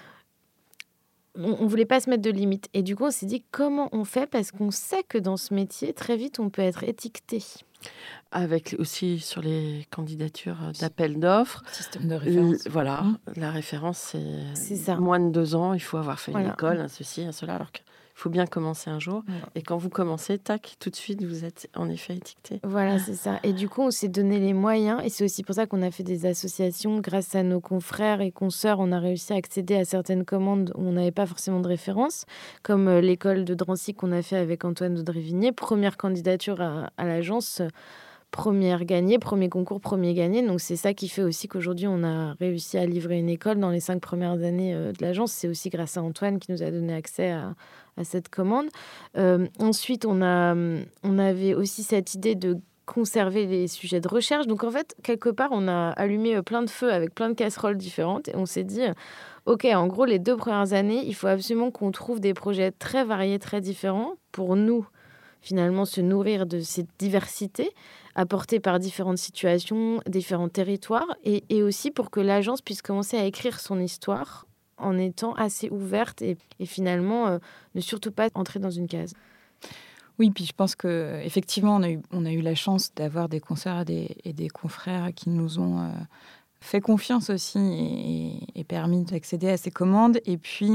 On ne voulait pas se mettre de limites. Et du coup, on s'est dit, comment on fait ? Parce qu'on sait que dans ce métier, très vite, on peut être étiqueté. Avec aussi sur les candidatures d'appel d'offres. Système de référence. Voilà, la référence, c'est ça. Moins de 2 ans, il faut avoir fait une école, un ceci, un cela, alors qu'il faut bien commencer un jour. Ouais. Et quand vous commencez, tac, tout de suite, vous êtes en effet étiqueté. Voilà, c'est ça. Et du coup, on s'est donné les moyens. Et c'est aussi pour ça qu'on a fait des associations. Grâce à nos confrères et consoeurs, on a réussi à accéder à certaines commandes où on n'avait pas forcément de référence, comme l'école de Drancy qu'on a fait avec Antoine Audrey-Vigné. Première candidature à l'agence, première gagnée, premier concours, premier gagné. Donc, c'est ça qui fait aussi qu'aujourd'hui, on a réussi à livrer une école dans les 5 premières années de l'agence. C'est aussi grâce à Antoine qui nous a donné accès à cette commande. Ensuite, on avait aussi cette idée de conserver les sujets de recherche. Donc, en fait, quelque part, on a allumé plein de feux avec plein de casseroles différentes. Et on s'est dit, OK, en gros, les 2 premières années, il faut absolument qu'on trouve des projets très variés, très différents pour nous, finalement, se nourrir de cette diversité apportée par différentes situations, différents territoires, et aussi pour que l'agence puisse commencer à écrire son histoire en étant assez ouverte et finalement ne surtout pas entrer dans une case. Oui, puis je pense qu'effectivement, on a eu la chance d'avoir des consoeurs et des confrères qui nous ont fait confiance aussi et permis d'accéder à ces commandes. Et puis,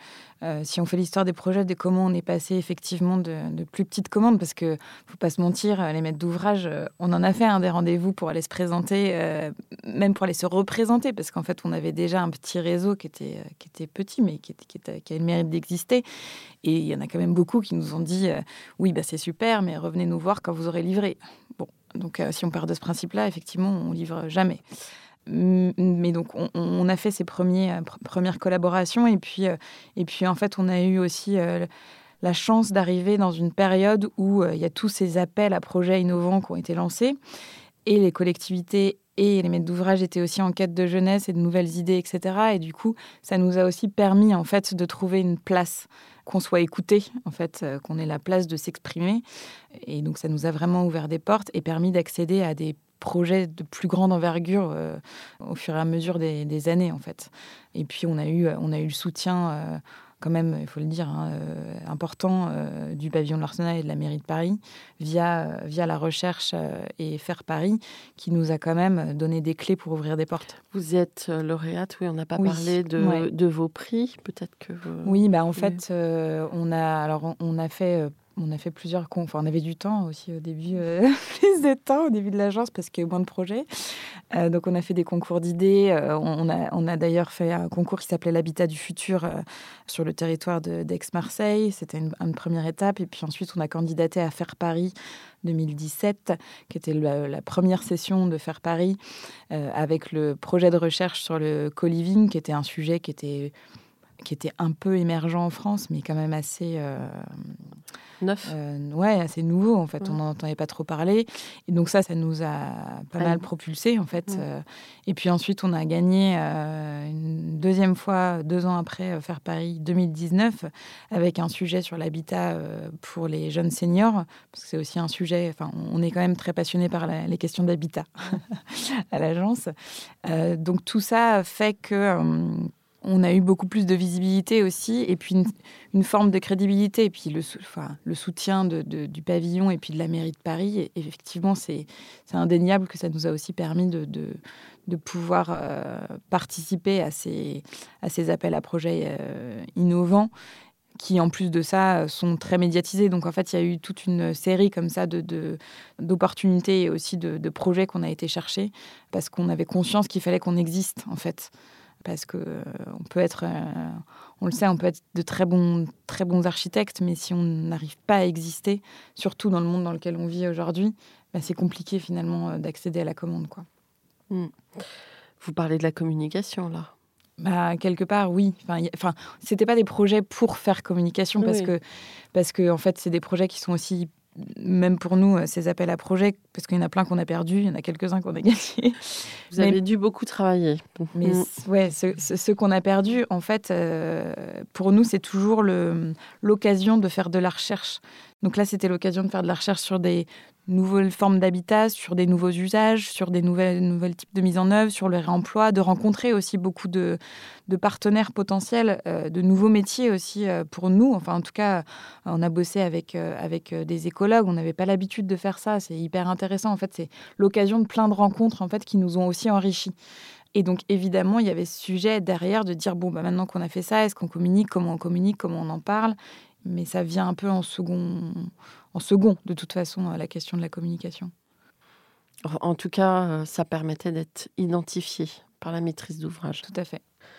si on fait l'histoire des projets, des comment on est passé effectivement de plus petites commandes, parce qu'il ne faut pas se mentir, les maîtres d'ouvrage, on en a fait des rendez-vous pour aller se présenter, même pour aller se représenter, parce qu'en fait, on avait déjà un petit réseau qui était petit, mais qui a le mérite d'exister. Et il y en a quand même beaucoup qui nous ont dit oui, c'est super, mais revenez nous voir quand vous aurez livré. Bon, donc si on part de ce principe-là, effectivement, on ne livre jamais. Mais donc, on a fait ces premières collaborations et puis en fait, on a eu aussi la chance d'arriver dans une période où il y a tous ces appels à projets innovants qui ont été lancés et les collectivités et les maîtres d'ouvrage étaient aussi en quête de jeunesse et de nouvelles idées, etc. Et du coup, ça nous a aussi permis en fait de trouver une place, qu'on soit écouté, en fait, qu'on ait la place de s'exprimer. Et donc, ça nous a vraiment ouvert des portes et permis d'accéder à des projets de plus grande envergure au fur et à mesure des années, en fait. Et puis, on a eu le soutien, quand même, il faut le dire, important du pavillon de l'Arsenal et de la mairie de Paris via la recherche et Faire Paris, qui nous a quand même donné des clés pour ouvrir des portes. Vous êtes lauréate, oui, on n'a pas parlé de vos prix, peut-être que vous... Oui, en fait, on a fait plusieurs... Enfin, on avait du temps aussi au début, plus de temps au début de l'agence parce qu'il y a eu moins de projets. Donc, on a fait des concours d'idées. On a d'ailleurs fait un concours qui s'appelait l'Habitat du futur sur le territoire d'Aix-Marseille. C'était une première étape. Et puis ensuite, on a candidaté à Faire Paris 2017, qui était la première session de Faire Paris avec le projet de recherche sur le co-living, qui était un sujet qui était un peu émergent en France, mais quand même assez... neuf. Assez nouveau, en fait. On n'en entendait pas trop parler. Et donc ça nous a pas mal propulsé, en fait. Et puis ensuite, on a gagné une deuxième fois, 2 ans après, Faire Paris 2019, avec un sujet sur l'habitat pour les jeunes seniors, parce que c'est aussi un sujet... Enfin, on est quand même très passionné par les questions d'habitat à l'agence. Donc tout ça fait que... on a eu beaucoup plus de visibilité aussi, et puis une forme de crédibilité, et puis le soutien du pavillon et puis de la mairie de Paris. Et effectivement, c'est indéniable que ça nous a aussi permis de pouvoir participer à ces appels à projets innovants, qui, en plus de ça, sont très médiatisés. Donc, en fait, il y a eu toute une série comme ça d'opportunités et aussi de projets qu'on a été chercher, parce qu'on avait conscience qu'il fallait qu'on existe, en fait. Parce que on peut être, on le sait, on peut être de très bons architectes, mais si on n'arrive pas à exister, surtout dans le monde dans lequel on vit aujourd'hui, c'est compliqué finalement d'accéder à la commande, quoi. Vous parlez de la communication, là. Quelque part, oui. C'était pas des projets pour faire communication, parce que en fait, c'est des projets qui sont aussi, même pour nous, ces appels à projets, parce qu'il y en a plein qu'on a perdus, il y en a quelques-uns qu'on a gagnés. Vous avez dû beaucoup travailler. Mais ceux qu'on a perdus, en fait, pour nous, c'est toujours l'occasion de faire de la recherche. Donc là, c'était l'occasion de faire de la recherche sur des nouvelles formes d'habitat, sur des nouveaux usages, sur des nouvelles types de mise en œuvre, sur le réemploi, de rencontrer aussi beaucoup de partenaires potentiels, de nouveaux métiers aussi pour nous. Enfin, en tout cas, on a bossé avec des écologues. On n'avait pas l'habitude de faire ça. C'est hyper intéressant. En fait, c'est l'occasion de plein de rencontres en fait, qui nous ont aussi enrichis. Et donc, évidemment, il y avait ce sujet derrière de dire, maintenant qu'on a fait ça, est-ce qu'on communique, comment on en parle ? Mais ça vient un peu en second, de toute façon, la question de la communication. En tout cas, ça permettait d'être identifié par la maîtrise d'ouvrage. Tout à fait.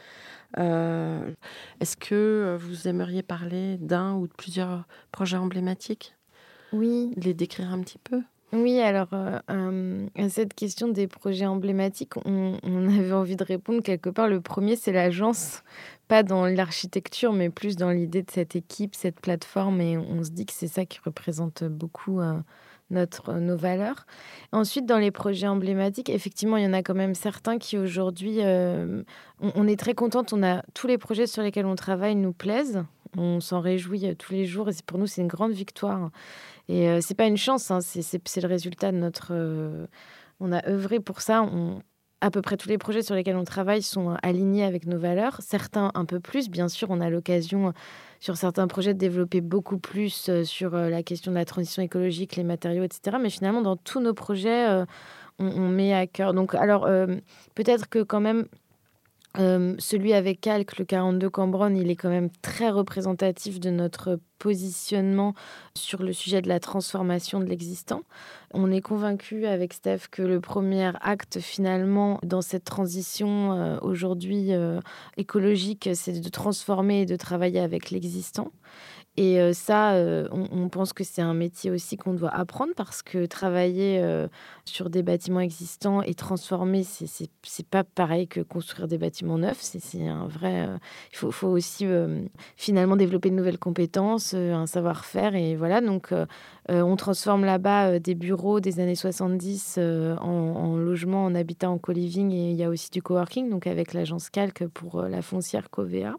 Est-ce que vous aimeriez parler d'un ou de plusieurs projets emblématiques ? Oui. Les décrire un petit peu ? Oui, alors, à cette question des projets emblématiques, on avait envie de répondre quelque part. Le premier, c'est l'agence, pas dans l'architecture, mais plus dans l'idée de cette équipe, cette plateforme. Et on se dit que c'est ça qui représente beaucoup nos valeurs. Ensuite, dans les projets emblématiques, effectivement, il y en a quand même certains qui aujourd'hui, on est très contente. Tous les projets sur lesquels on travaille nous plaisent. On s'en réjouit tous les jours et pour nous, c'est une grande victoire. Et c'est pas une chance, c'est le résultat de notre... on a œuvré pour ça. À peu près tous les projets sur lesquels on travaille sont alignés avec nos valeurs. Certains un peu plus. Bien sûr, on a l'occasion sur certains projets de développer beaucoup plus sur la question de la transition écologique, les matériaux, etc. Mais finalement, dans tous nos projets, on met à cœur. Donc, alors, peut-être que quand même... celui avec Calque, le 42 Cambronne, il est quand même très représentatif de notre positionnement sur le sujet de la transformation de l'existant. On est convaincu avec Steph que le premier acte finalement dans cette transition aujourd'hui écologique, c'est de transformer et de travailler avec l'existant. Et on pense que c'est un métier aussi qu'on doit apprendre parce que travailler sur des bâtiments existants et transformer, c'est pas pareil que construire des bâtiments neufs. C'est un vrai... Il faut aussi finalement développer de nouvelles compétences, un savoir-faire. Et voilà, donc on transforme là-bas des bureaux des années 70 en logement, en habitat, en co-living. Et il y a aussi du coworking, donc avec l'agence Calque pour la foncière Covea.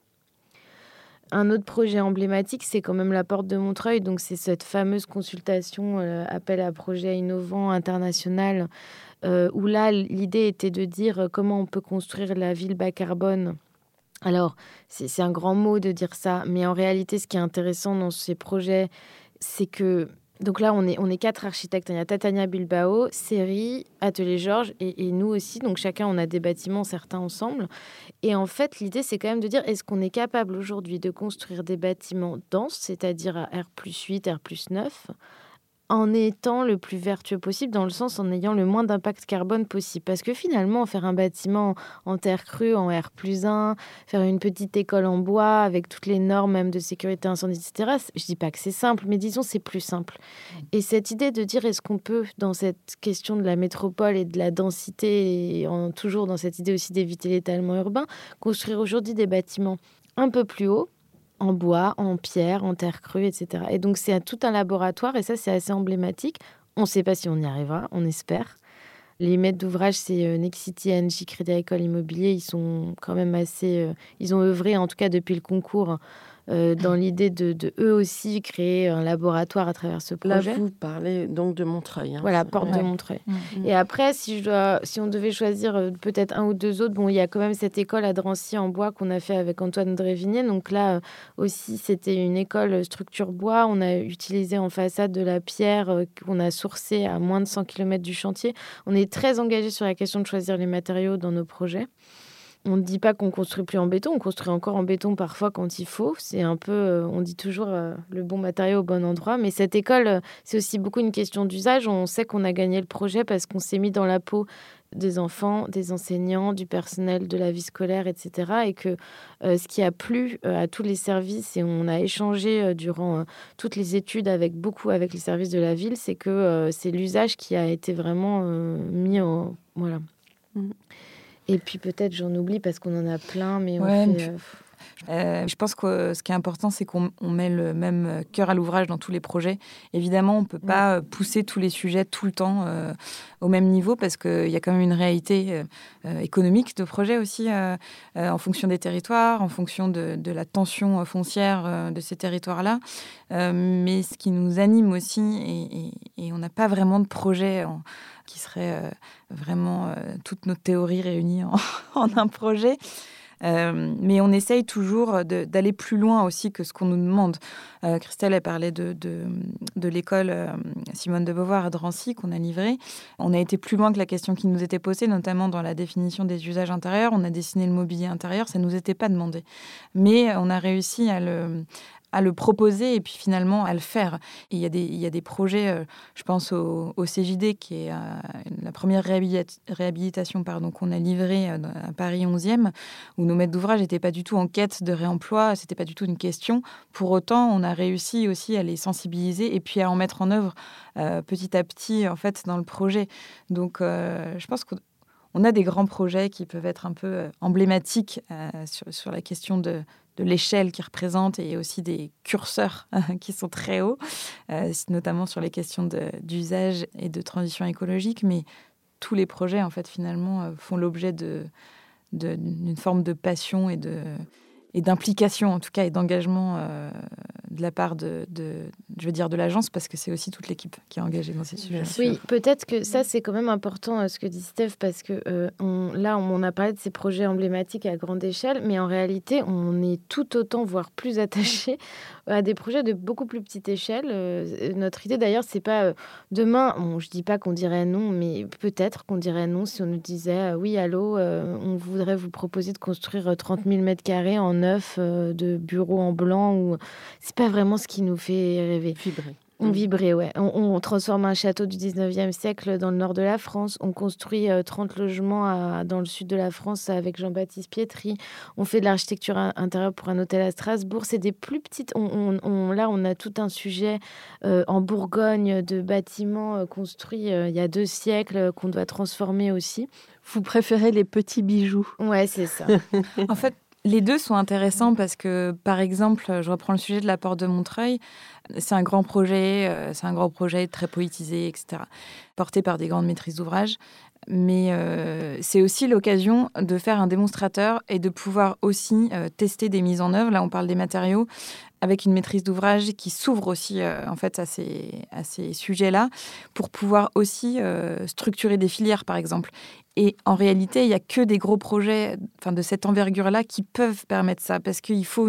Un autre projet emblématique, c'est quand même la Porte de Montreuil. Donc, c'est cette fameuse consultation appel à projet innovant international où là, l'idée était de dire comment on peut construire la ville bas carbone. Alors, c'est un grand mot de dire ça, mais en réalité, ce qui est intéressant dans ces projets, c'est que... Donc là, on est 4 architectes. Il y a Tatania Bilbao, Seri, Atelier Georges et nous aussi. Donc chacun, on a des bâtiments, certains ensemble. Et en fait, l'idée, c'est quand même de dire, est-ce qu'on est capable aujourd'hui de construire des bâtiments denses, c'est-à-dire à R+8, R+9, en étant le plus vertueux possible, dans le sens en ayant le moins d'impact carbone possible. Parce que finalement, faire un bâtiment en terre crue, en R+1, faire une petite école en bois avec toutes les normes même de sécurité incendie, etc., je dis pas que c'est simple, mais disons c'est plus simple. Et cette idée de dire est-ce qu'on peut, dans cette question de la métropole et de la densité, et toujours dans cette idée aussi d'éviter l'étalement urbain, construire aujourd'hui des bâtiments un peu plus hauts, en bois, en pierre, en terre crue, etc. Et donc, c'est tout un laboratoire et ça, c'est assez emblématique. On ne sait pas si on y arrivera, on espère. Les maîtres d'ouvrage, c'est Nexity, Engie, Crédit Agricole Immobilier. Ils sont quand même assez... ils ont œuvré, en tout cas depuis le concours, dans l'idée de eux aussi créer un laboratoire à travers ce projet. Là, vous parlez donc de Montreuil. Voilà, porte de Montreuil. Et après, si on devait choisir peut-être un ou deux autres, il y a quand même cette école à Drancy en bois qu'on a fait avec Antoine Drévigné. Donc là aussi, c'était une école structure bois. On a utilisé en façade de la pierre qu'on a sourcée à moins de 100 km du chantier. On est très engagé sur la question de choisir les matériaux dans nos projets. On ne dit pas qu'on construit plus en béton, on construit encore en béton parfois quand il faut. C'est un peu, on dit toujours le bon matériau au bon endroit. Mais cette école, c'est aussi beaucoup une question d'usage. On sait qu'on a gagné le projet parce qu'on s'est mis dans la peau des enfants, des enseignants, du personnel de la vie scolaire, etc. Et que ce qui a plu à tous les services, et on a échangé durant toutes les études avec les services de la ville, c'est que c'est l'usage qui a été vraiment mis en... Voilà. Et puis peut-être j'en oublie parce qu'on en a plein, mais je pense que ce qui est important, c'est qu'on met le même cœur à l'ouvrage dans tous les projets. Évidemment, on ne peut pas pousser tous les sujets tout le temps au même niveau parce qu'il y a quand même une réalité économique de projet aussi en fonction des territoires, en fonction de la tension foncière de ces territoires-là. Mais ce qui nous anime aussi, et on n'a pas vraiment de projet qui serait vraiment toutes nos théories réunies en un projet. Mais on essaye toujours d'aller plus loin aussi que ce qu'on nous demande. Christelle a parlé de l'école Simone de Beauvoir à Drancy qu'on a livrée. On a été plus loin que la question qui nous était posée, notamment dans la définition des usages intérieurs. On a dessiné le mobilier intérieur, ça ne nous était pas demandé. Mais on a réussi à le proposer et puis finalement à le faire. Et il y a des projets, je pense au CJD, qui est la première réhabilitation qu'on a livrée à Paris 11e, où nos maîtres d'ouvrage n'étaient pas du tout en quête de réemploi, c'était pas du tout une question. Pour autant, on a réussi aussi à les sensibiliser et puis à en mettre en œuvre petit à petit en fait, dans le projet. Donc je pense qu'on a des grands projets qui peuvent être un peu emblématiques sur la question de l'échelle qu'ils représentent et aussi des curseurs qui sont très hauts, notamment sur les questions d'usage et de transition écologique. Mais tous les projets, en fait, finalement, font l'objet d'une forme de passion et d'implication, en tout cas, et d'engagement de la part de l'agence, parce que c'est aussi toute l'équipe qui est engagée dans ces sujets. Oui, peut-être que ça, c'est quand même important, ce que dit Steph, parce que on a parlé de ces projets emblématiques à grande échelle, mais en réalité, on est tout autant, voire plus attaché à des projets de beaucoup plus petite échelle. Notre idée, d'ailleurs, c'est pas demain, je dis pas qu'on dirait non, mais peut-être qu'on dirait non si on nous disait oui, allô, on voudrait vous proposer de construire 30 000 mètres carrés en neuf de bureaux en blanc. Ou... C'est pas vraiment ce qui nous fait rêver. Vibrer, ouais. On transforme un château du 19e siècle dans le nord de la France. On construit 30 logements dans le sud de la France avec Jean-Baptiste Pietri. On fait de l'architecture intérieure pour un hôtel à Strasbourg. C'est des plus petites... Là, on a tout un sujet en Bourgogne de bâtiments construits il y a 2 siècles qu'on doit transformer aussi. Vous préférez les petits bijoux? Ouais, c'est ça. En fait, les deux sont intéressants parce que, par exemple, je reprends le sujet de la porte de Montreuil. C'est un grand projet très poétisé, etc., porté par des grandes maîtrises d'ouvrage. Mais c'est aussi l'occasion de faire un démonstrateur et de pouvoir aussi tester des mises en œuvre. Là, on parle des matériaux avec une maîtrise d'ouvrage qui s'ouvre aussi en fait à ces sujets-là pour pouvoir aussi structurer des filières, par exemple. Et en réalité, il n'y a que des gros projets de cette envergure-là qui peuvent permettre ça, parce qu'il faut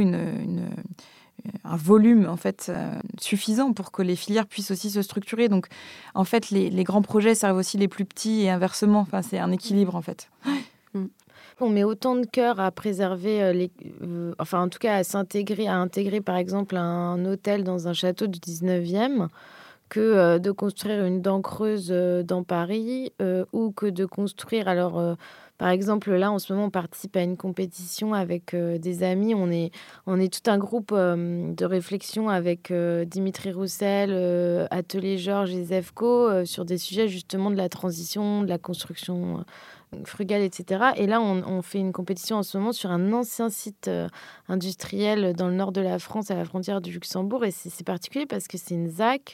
un volume en fait suffisant pour que les filières puissent aussi se structurer. Donc, en fait, les grands projets servent aussi les plus petits et inversement. Enfin, c'est un équilibre en fait. On met autant de cœur à préserver en tout cas à intégrer par exemple un hôtel dans un château du 19e que de construire une dent creuse dans Paris ou que de construire... par exemple, là, en ce moment, on participe à une compétition avec des amis. On est tout un groupe de réflexion avec Dimitri Roussel, Atelier Georges et Zefco sur des sujets justement de la transition, de la construction frugale, etc. Et là, on fait une compétition en ce moment sur un ancien site industriel dans le nord de la France, à la frontière du Luxembourg. Et c'est particulier parce que c'est une ZAC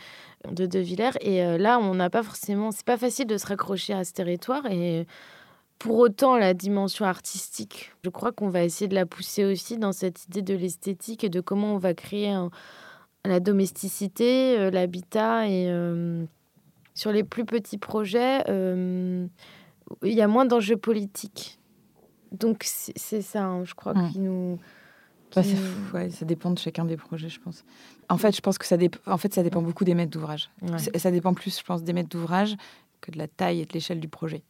de Villers. Et là, on n'a pas forcément... C'est pas facile de se raccrocher à ce territoire. Et Pour autant, la dimension artistique, je crois qu'on va essayer de la pousser aussi dans cette idée de l'esthétique et de comment on va créer la domesticité, l'habitat. Et sur les plus petits projets, il y a moins d'enjeux politiques. Donc, c'est ça, hein, je crois, qui nous... ça dépend de chacun des projets, je pense. En fait, je pense que ça dépend beaucoup des maîtres d'ouvrage. Ouais. Ça dépend plus, je pense, des maîtres d'ouvrage que de la taille et de l'échelle du projet.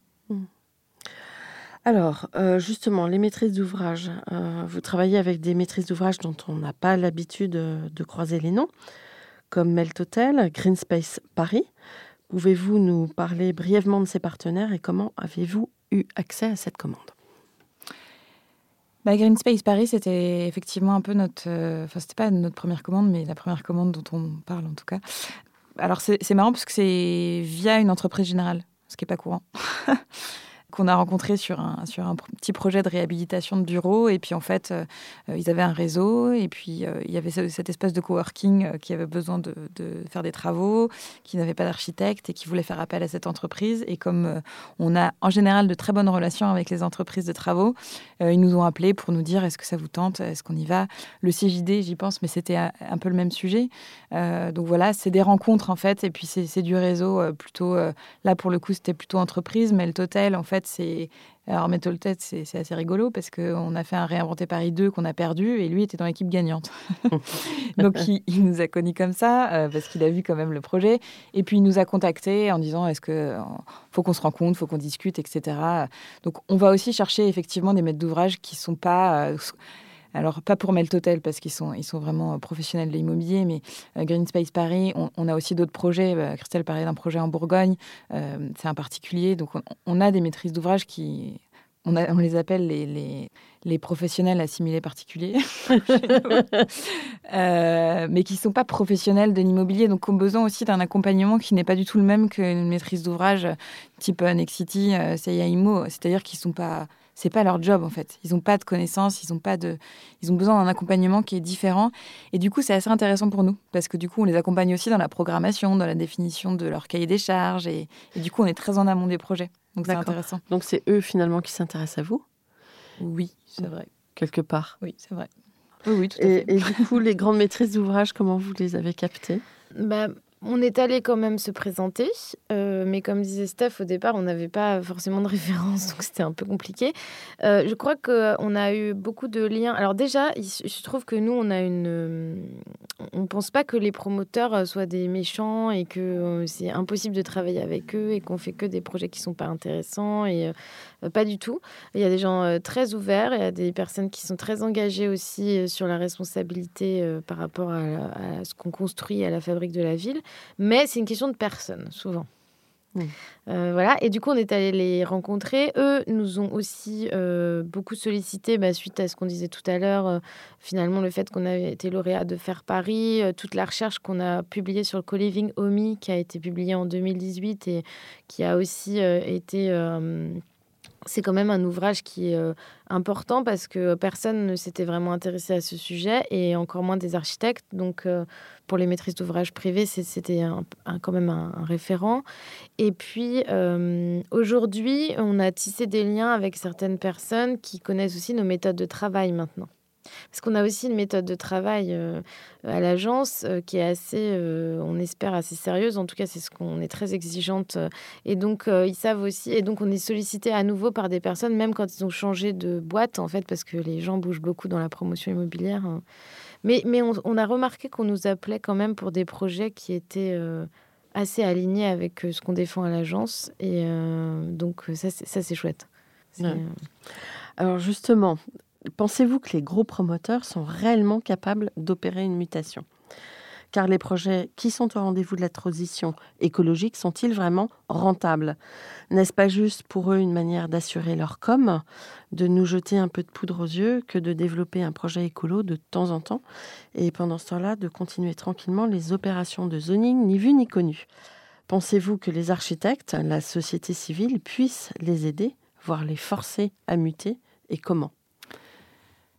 Alors, justement, les maîtrises d'ouvrage. Vous travaillez avec des maîtrises d'ouvrage dont on n'a pas l'habitude de croiser les noms, comme Melt Hotel, Green Space Paris. Pouvez-vous nous parler brièvement de ces partenaires et comment avez-vous eu accès à cette commande ? Green Space Paris, c'était effectivement un peu c'était pas notre première commande, mais la première commande dont on parle en tout cas. Alors c'est marrant parce que c'est via une entreprise générale, ce qui n'est pas courant. Qu'on a rencontré sur un petit projet de réhabilitation de bureaux. Et puis, en fait, ils avaient un réseau. Et puis, il y avait cette espèce de coworking qui avait besoin de faire des travaux, qui n'avait pas d'architecte et qui voulait faire appel à cette entreprise. Et comme on a en général de très bonnes relations avec les entreprises de travaux, ils nous ont appelés pour nous dire « Est-ce que ça vous tente ? Est-ce qu'on y va ?» Le CJD, j'y pense, mais c'était un peu le même sujet. Donc voilà, c'est des rencontres, en fait. Et puis, c'est du réseau plutôt... là, pour le coup, c'était plutôt entreprise. Mais le total, en fait, alors Melt Hotel, c'est assez rigolo parce qu'on a fait un Réinventer Paris 2 qu'on a perdu et lui était dans l'équipe gagnante. Donc il nous a connus comme ça parce qu'il a vu quand même le projet et puis il nous a contactés en disant est-ce que faut qu'on se rencontre, faut qu'on discute, etc. Donc on va aussi chercher effectivement des maîtres d'ouvrage qui sont pas... alors, pas pour Melt Hotel, parce qu'ils sont vraiment professionnels de l'immobilier, mais Green Space Paris, on a aussi d'autres projets. Christelle parlait d'un projet en Bourgogne, c'est un particulier. Donc, on a des maîtrises d'ouvrage on les appelle les professionnels assimilés particuliers, mais qui ne sont pas professionnels de l'immobilier, donc qui ont besoin aussi d'un accompagnement qui n'est pas du tout le même qu'une maîtrise d'ouvrage type Nexity, CIA Immo, c'est-à-dire qu'ils sont pas... C'est pas leur job, en fait. Ils n'ont pas de connaissances, ils ont besoin d'un accompagnement qui est différent. Et du coup, c'est assez intéressant pour nous, parce que du coup, on les accompagne aussi dans la programmation, dans la définition de leur cahier des charges. Et du coup, on est très en amont des projets. Donc, c'est intéressant. Donc, c'est eux, finalement, qui s'intéressent à vous ? Oui, c'est vrai. Quelque part. Oui, c'est vrai. Oui, tout à fait. Et du coup, les grandes maîtrises d'ouvrage, comment vous les avez captées ? On est allé quand même se présenter, mais comme disait Steph, au départ, on n'avait pas forcément de référence, donc c'était un peu compliqué. Je crois qu'on a eu beaucoup de liens. Alors déjà, il se trouve que nous, on ne pense pas que les promoteurs soient des méchants et que c'est impossible de travailler avec eux et qu'on fait que des projets qui ne sont pas intéressants. Et pas du tout. Il y a des gens très ouverts, il y a des personnes qui sont très engagées aussi sur la responsabilité par rapport à ce qu'on construit à la fabrique de la ville. Mais c'est une question de personnes, souvent. Voilà. Et du coup, on est allé les rencontrer. Eux nous ont aussi beaucoup sollicité suite à ce qu'on disait tout à l'heure. Finalement, le fait qu'on avait été lauréat de Faire Paris, toute la recherche qu'on a publiée sur le co-living OMI, qui a été publiée en 2018 et qui a aussi été... c'est quand même un ouvrage qui est important parce que personne ne s'était vraiment intéressé à ce sujet et encore moins des architectes. Donc, pour les maîtrises d'ouvrage privées, c'était quand même un référent. Et puis, aujourd'hui, on a tissé des liens avec certaines personnes qui connaissent aussi nos méthodes de travail maintenant. Parce qu'on a aussi une méthode de travail à l'agence qui est assez, on espère, assez sérieuse. En tout cas, c'est ce qu'on est très exigeante. Et donc, ils savent aussi. Et donc, on est sollicité à nouveau par des personnes, même quand ils ont changé de boîte, en fait, parce que les gens bougent beaucoup dans la promotion immobilière. Mais on a remarqué qu'on nous appelait quand même pour des projets qui étaient assez alignés avec ce qu'on défend à l'agence. Et donc, ça, c'est chouette. Ouais. Alors, justement... Pensez-vous que les gros promoteurs sont réellement capables d'opérer une mutation ? Car les projets qui sont au rendez-vous de la transition écologique sont-ils vraiment rentables ? N'est-ce pas juste pour eux une manière d'assurer leur com, de nous jeter un peu de poudre aux yeux que de développer un projet écolo de temps en temps et pendant ce temps-là de continuer tranquillement les opérations de zoning ni vues ni connues ? Pensez-vous que les architectes, la société civile puissent les aider, voire les forcer à muter et comment ?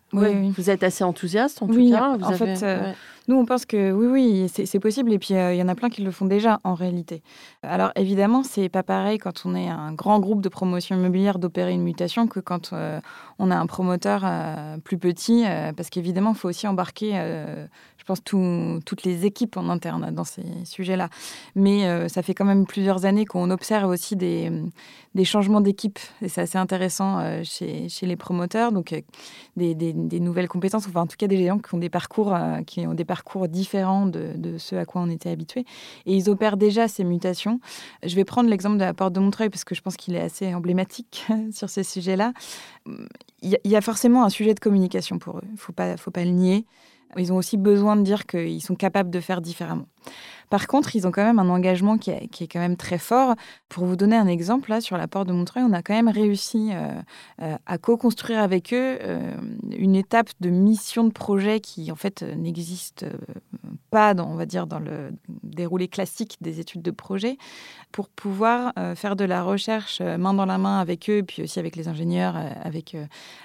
Oui. Vous êtes assez enthousiaste en tout cas. Nous, on pense que oui, c'est possible. Et puis, il y en a plein qui le font déjà, en réalité. Alors, évidemment, c'est pas pareil quand on est un grand groupe de promotion immobilière d'opérer une mutation que quand on a un promoteur plus petit. Parce qu'évidemment, il faut aussi embarquer, je pense, toutes les équipes en interne dans ces sujets-là. Mais ça fait quand même plusieurs années qu'on observe aussi des changements d'équipe. Et c'est assez intéressant chez les promoteurs. Donc, des nouvelles compétences. Enfin, en tout cas, des gens qui ont des parcours différents de ceux à quoi on était habitués. Et ils opèrent déjà ces mutations. Je vais prendre l'exemple de la Porte de Montreuil parce que je pense qu'il est assez emblématique sur ces sujets-là. Il y a forcément un sujet de communication pour eux. Il ne faut pas le nier. Ils ont aussi besoin de dire qu'ils sont capables de faire différemment. Par contre, ils ont quand même un engagement qui est quand même très fort. Pour vous donner un exemple, là, sur la Porte de Montreuil, on a quand même réussi à co-construire avec eux une étape de mission de projet qui, en fait, n'existe pas dans le déroulé classique des études de projet, pour pouvoir faire de la recherche main dans la main avec eux, puis aussi avec les ingénieurs, avec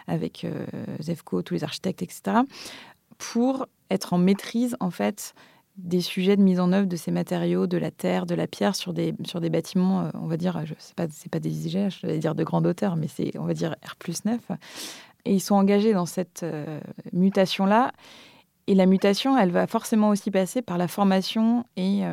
ZEFCO, tous les architectes, etc., pour être en maîtrise, en fait, des sujets de mise en œuvre de ces matériaux, de la terre, de la pierre sur des bâtiments, on va dire, c'est pas des IGH, je vais dire de grande hauteur, mais c'est, on va dire, R+9. Et ils sont engagés dans cette mutation-là. Et la mutation, elle va forcément aussi passer par la formation et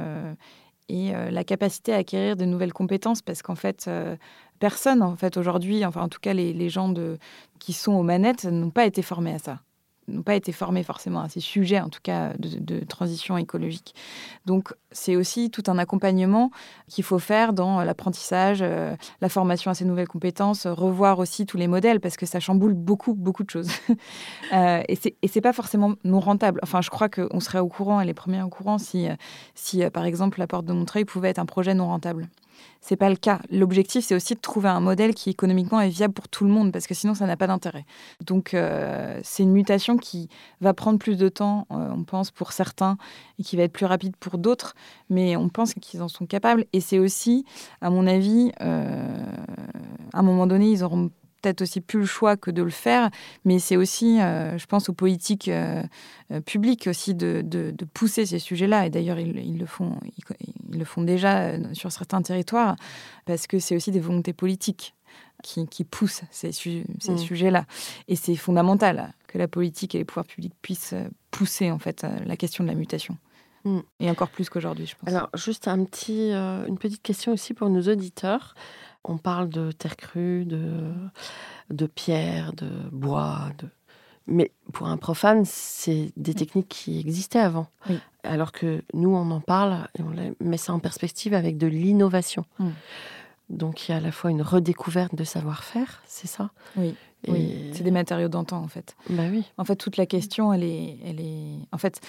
la capacité à acquérir de nouvelles compétences, parce qu'en fait, personne, en fait, aujourd'hui, enfin, en tout cas, les gens qui sont aux manettes n'ont pas été formés à ça. N'ont pas été formés forcément à ces sujets, en tout cas de transition écologique. Donc, c'est aussi tout un accompagnement qu'il faut faire dans l'apprentissage, la formation à ces nouvelles compétences, revoir aussi tous les modèles, parce que ça chamboule beaucoup, beaucoup de choses. Et c'est pas forcément non rentable. Enfin, je crois qu'on serait au courant, et les premiers au courant, si par exemple, la Porte de Montreuil pouvait être un projet non rentable. C'est pas le cas. L'objectif, c'est aussi de trouver un modèle qui économiquement est viable pour tout le monde, parce que sinon, ça n'a pas d'intérêt. Donc, c'est une mutation qui va prendre plus de temps, on pense, pour certains, et qui va être plus rapide pour d'autres, mais on pense qu'ils en sont capables. Et c'est aussi, à mon avis, à un moment donné, ils auront peut-être aussi plus le choix que de le faire, mais c'est aussi, je pense, aux politiques publiques aussi de pousser ces sujets-là. Et d'ailleurs, ils le font déjà sur certains territoires, parce que c'est aussi des volontés politiques qui poussent ces sujets-là. Et c'est fondamental que la politique et les pouvoirs publics puissent pousser, en fait, la question de la mutation. Et encore plus qu'aujourd'hui, je pense. Alors, juste une petite question aussi pour nos auditeurs. On parle de terre crue, de pierre, de bois. Mais pour un profane, c'est des techniques qui existaient avant. Oui. Alors que nous, on en parle et on met ça en perspective avec de l'innovation. Donc, il y a à la fois une redécouverte de savoir-faire, c'est ça ? Oui. Oui, c'est des matériaux d'antan, en fait. Bah oui. En fait, toute la question, elle est... En fait,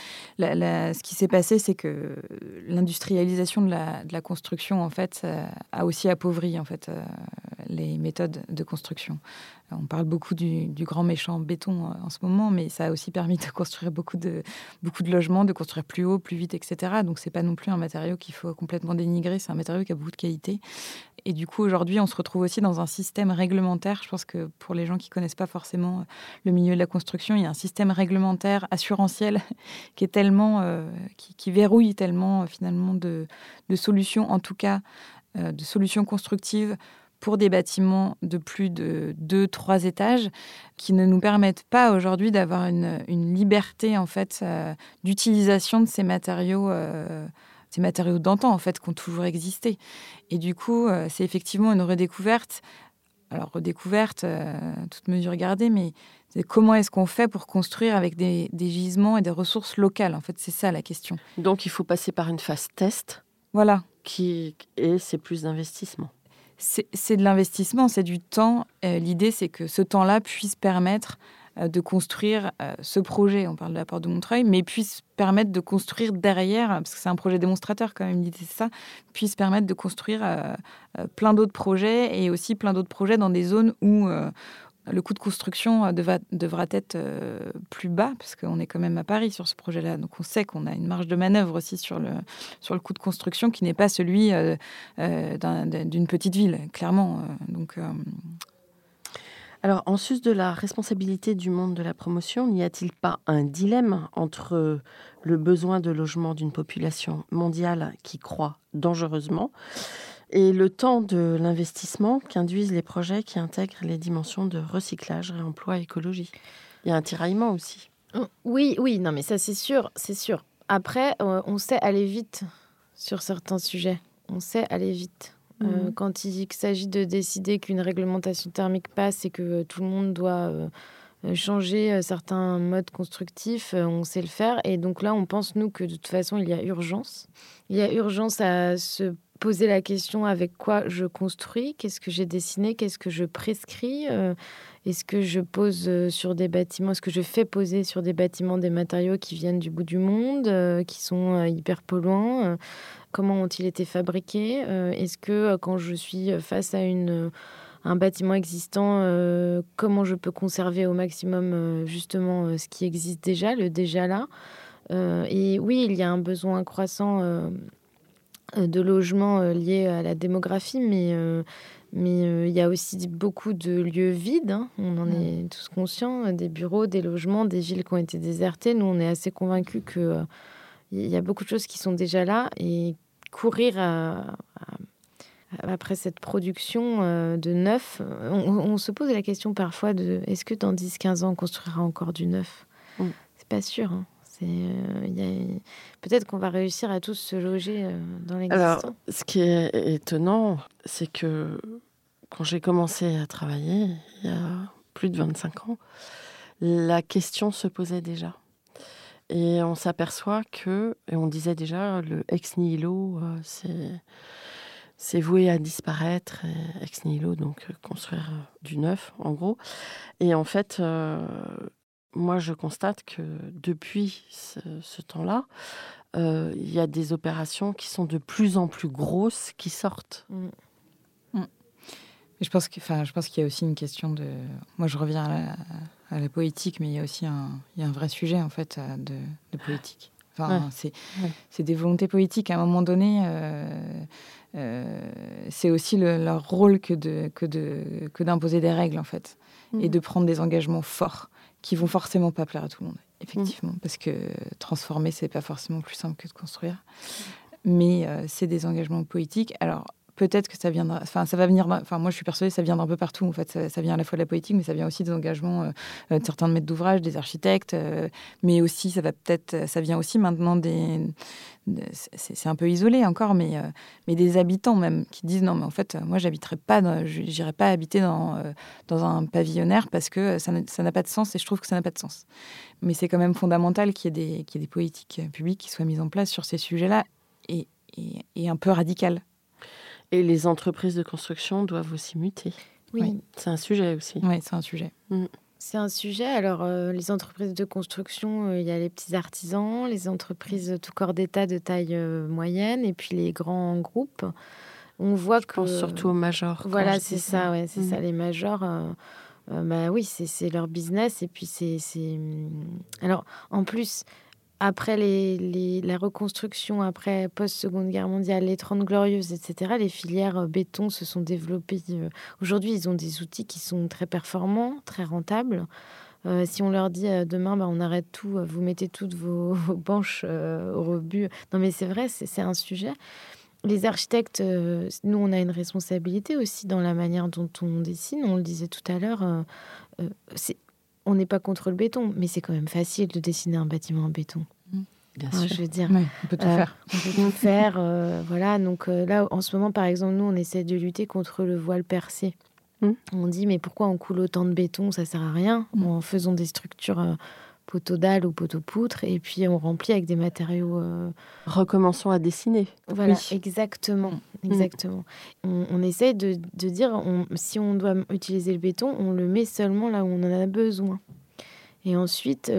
ce qui s'est passé, c'est que l'industrialisation de la construction, en fait, a aussi appauvri, en fait, les méthodes de construction. On parle beaucoup du grand méchant béton en ce moment, mais ça a aussi permis de construire beaucoup de logements, de construire plus haut, plus vite, etc. Donc, c'est pas non plus un matériau qu'il faut complètement dénigrer. C'est un matériau qui a beaucoup de qualité. Et du coup, aujourd'hui, on se retrouve aussi dans un système réglementaire. Je pense que pour les gens qui ne connaissent pas forcément le milieu de la construction, il y a un système réglementaire assurantiel qui est tellement, qui verrouille tellement finalement de solutions, en tout cas de solutions constructives pour des bâtiments de plus de 2-3 étages qui ne nous permettent pas aujourd'hui d'avoir une liberté en fait d'utilisation de ces matériaux d'antan, en fait, qui ont toujours existé. Et du coup, c'est effectivement une redécouverte. Alors, redécouverte, toute mesure gardée, mais c'est comment est-ce qu'on fait pour construire avec des gisements et des ressources locales? En fait, c'est ça la question. Donc, il faut passer par une phase test. Voilà. Et c'est plus d'investissement. C'est de l'investissement, c'est du temps. L'idée, c'est que ce temps-là puisse permettre de construire ce projet, on parle de la Porte de Montreuil, mais puisse permettre de construire derrière, parce que c'est un projet démonstrateur quand même, l'idée c'est ça, puisse permettre de construire plein d'autres projets et aussi plein d'autres projets dans des zones où le coût de construction devra être plus bas, parce qu'on est quand même à Paris sur ce projet-là. Donc on sait qu'on a une marge de manœuvre aussi sur le coût de construction qui n'est pas celui d'une petite ville, clairement. Alors, en sus de la responsabilité du monde de la promotion, n'y a-t-il pas un dilemme entre le besoin de logement d'une population mondiale qui croît dangereusement et le temps de l'investissement qu'induisent les projets qui intègrent les dimensions de recyclage, réemploi, écologie? Il y a un tiraillement aussi. Oui, non, mais ça, c'est sûr. Après, on sait aller vite sur certains sujets. On sait aller vite. Quand il s'agit de décider qu'une réglementation thermique passe et que tout le monde doit changer certains modes constructifs, on sait le faire. Et donc là, on pense, nous, que de toute façon, il y a urgence. Il y a urgence à se poser la question avec quoi je construis, qu'est-ce que j'ai dessiné, qu'est-ce que je prescris, est-ce que je pose sur des bâtiments, est-ce que je fais poser sur des bâtiments des matériaux qui viennent du bout du monde, qui sont hyper polluants, comment ont-ils été fabriqués, est-ce que quand je suis face à un bâtiment existant, comment je peux conserver au maximum justement ce qui existe déjà, le déjà là. Et oui, il y a un besoin croissant de logements liés à la démographie, mais il y a aussi beaucoup de lieux vides, hein. On en est tous conscients, des bureaux, des logements, des villes qui ont été désertées. Nous, on est assez convaincus qu'il y a beaucoup de choses qui sont déjà là, et courir après cette production de neuf, on se pose la question parfois de est-ce que dans 10-15 ans, on construira encore du neuf ? C'est pas sûr, hein. Peut-être qu'on va réussir à tous se loger dans l'existant. Alors, ce qui est étonnant, c'est que quand j'ai commencé à travailler, il y a plus de 25 ans, la question se posait déjà. Et on s'aperçoit que, et on disait déjà, le ex nihilo, c'est voué à disparaître. Et ex nihilo, donc construire du neuf, en gros. Et en fait... moi, je constate que depuis ce temps-là, il y a des opérations qui sont de plus en plus grosses qui sortent. Je pense qu'il y a aussi une question de... Moi, je reviens à la poétique, mais il y a aussi un vrai sujet, en fait, de poétique. C'est des volontés poétiques. À un moment donné, c'est aussi leur rôle que d'imposer des règles, en fait, et de prendre des engagements forts qui vont forcément pas plaire à tout le monde, effectivement, parce que transformer, c'est pas forcément plus simple que de construire. Mais c'est des engagements poétiques. Alors, peut-être que ça viendra... ça va venir... moi, je suis persuadée que ça vient d'un peu partout. En fait, ça vient à la fois de la politique, mais ça vient aussi des engagements de certains maîtres d'ouvrage, des architectes. Mais aussi, ça vient aussi maintenant c'est un peu isolé encore, mais des habitants même qui disent non, mais en fait, moi, j'irai pas habiter dans un pavillonnaire parce que ça n'a pas de sens, et je trouve que ça n'a pas de sens. Mais c'est quand même fondamental qu'il y ait des politiques publiques qui soient mises en place sur ces sujets-là, et un peu radicales. Et les entreprises de construction doivent aussi muter. Oui. C'est un sujet aussi. Oui, c'est un sujet. C'est un sujet. Alors, les entreprises de construction, il y a les petits artisans, les entreprises tout corps d'État de taille moyenne, et puis les grands groupes. On voit Je pense surtout aux majors. Voilà, c'est ça, ouais, c'est ça, les majors. Oui, c'est leur business. Et puis, Alors, en plus... Après la reconstruction, après post-Seconde Guerre mondiale, les 30 Glorieuses, etc., les filières béton se sont développées. Aujourd'hui, ils ont des outils qui sont très performants, très rentables. Si on leur dit demain, on arrête tout, vous mettez toutes vos banches au rebut. Non, mais c'est vrai, c'est un sujet. Les architectes, nous, on a une responsabilité aussi dans la manière dont on dessine. On le disait tout à l'heure, on n'est pas contre le béton, mais c'est quand même facile de dessiner un bâtiment en béton. Bien sûr. Je veux dire, on peut tout faire. On peut tout faire, voilà. Donc là, en ce moment, par exemple, nous, on essaie de lutter contre le voile percé. On dit, mais pourquoi on coule autant de béton ? Ça sert à rien. En faisant des structures poteaux dalles ou poteaux poutres, et puis on remplit avec des matériaux... Recommençons à dessiner. Voilà, oui. Exactement. On essaie de dire, si on doit utiliser le béton, on le met seulement là où on en a besoin. Et ensuite,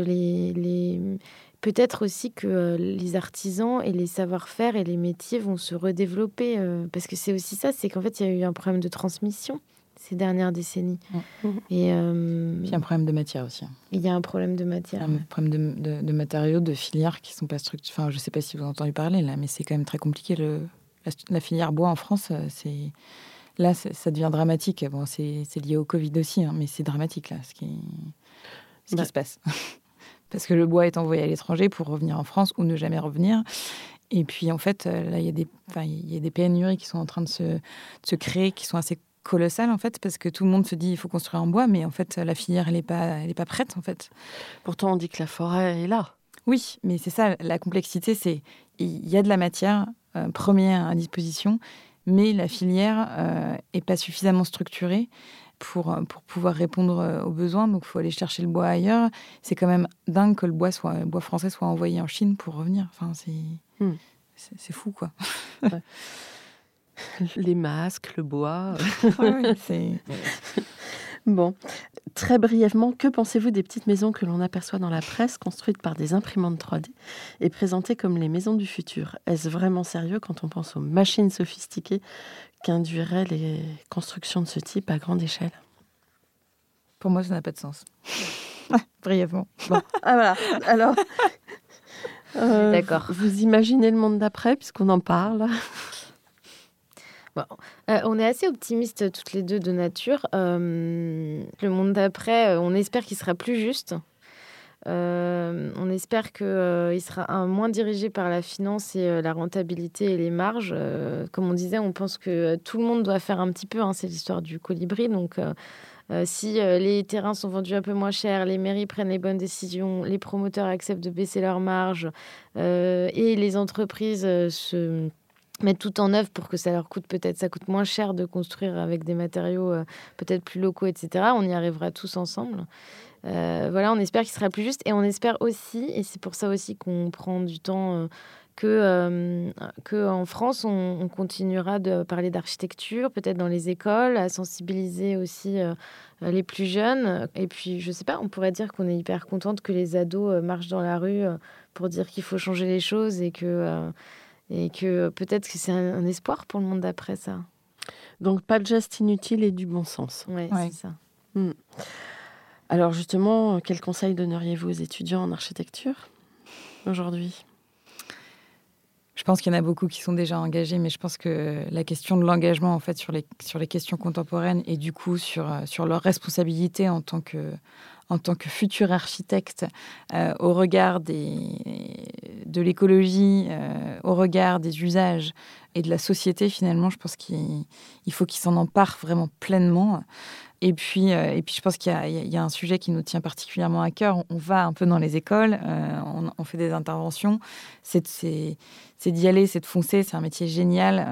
peut-être aussi que les artisans et les savoir-faire et les métiers vont se redévelopper, parce que c'est aussi ça, c'est qu'en fait, il y a eu un problème de transmission ces dernières décennies. Et il y a un problème de matière aussi. Il y a un problème de matière. Un problème de matériaux, de filières qui ne sont pas structurées. Enfin, je ne sais pas si vous avez entendu parler, là, mais c'est quand même très compliqué. La filière bois en France, là, ça devient dramatique. Bon, c'est lié au Covid aussi, mais c'est dramatique, là, ce qui se passe. Parce que le bois est envoyé à l'étranger pour revenir en France ou ne jamais revenir. Et puis, en fait, là, il y a des pénuries qui sont en train de se créer, qui sont assez colossales, en fait, parce que tout le monde se dit il faut construire en bois, mais en fait, la filière, elle est pas prête, en fait. Pourtant, on dit que la forêt est là. Oui, mais c'est ça, la complexité, c'est il y a de la matière première à disposition, mais la filière est pas suffisamment structurée pour pouvoir répondre aux besoins. Donc, il faut aller chercher le bois ailleurs. C'est quand même dingue que le bois français soit envoyé en Chine pour revenir. Enfin, c'est fou, quoi. Ouais. Les masques, le bois. Ouais, c'est... Bon, très brièvement, que pensez-vous des petites maisons que l'on aperçoit dans la presse, construites par des imprimantes 3D et présentées comme les maisons du futur? Est-ce vraiment sérieux quand on pense aux machines sophistiquées qu'induiraient les constructions de ce type à grande échelle? Pour moi, ça n'a pas de sens. Brièvement. Bon. Ah voilà, alors... D'accord. Vous imaginez le monde d'après, puisqu'on en parle? Bon, on est assez optimistes toutes les deux de nature. Le monde d'après, on espère qu'il sera plus juste. On espère qu'il sera moins dirigé par la finance et la rentabilité et les marges. Comme on disait, on pense que tout le monde doit faire un petit peu. C'est l'histoire du colibri. Donc, si les terrains sont vendus un peu moins cher, les mairies prennent les bonnes décisions, les promoteurs acceptent de baisser leurs marges et les entreprises se mettre tout en œuvre pour que ça leur coûte moins cher de construire avec des matériaux peut-être plus locaux, etc. On y arrivera tous ensemble. Voilà, on espère qu'il sera plus juste et on espère aussi, et c'est pour ça aussi qu'on prend du temps, que en France, on continuera de parler d'architecture, peut-être dans les écoles, à sensibiliser aussi les plus jeunes. Et puis, je sais pas, on pourrait dire qu'on est hyper contente que les ados marchent dans la rue pour dire qu'il faut changer les choses et que peut-être que c'est un espoir pour le monde d'après, ça. Donc, pas de geste inutile et du bon sens. Ouais. C'est ça. Alors, justement, quels conseils donneriez-vous aux étudiants en architecture aujourd'hui? Je pense qu'il y en a beaucoup qui sont déjà engagés, mais je pense que la question de l'engagement, en fait, sur les questions contemporaines et du coup sur leur responsabilité en tant que futur architecte au regard de l'écologie, au regard des usages et de la société, finalement, je pense qu'il faut qu'ils s'en emparent vraiment pleinement. Et puis, je pense qu'il y a un sujet qui nous tient particulièrement à cœur. On va un peu dans les écoles, on fait des interventions. C'est d'y aller, c'est de foncer. C'est un métier génial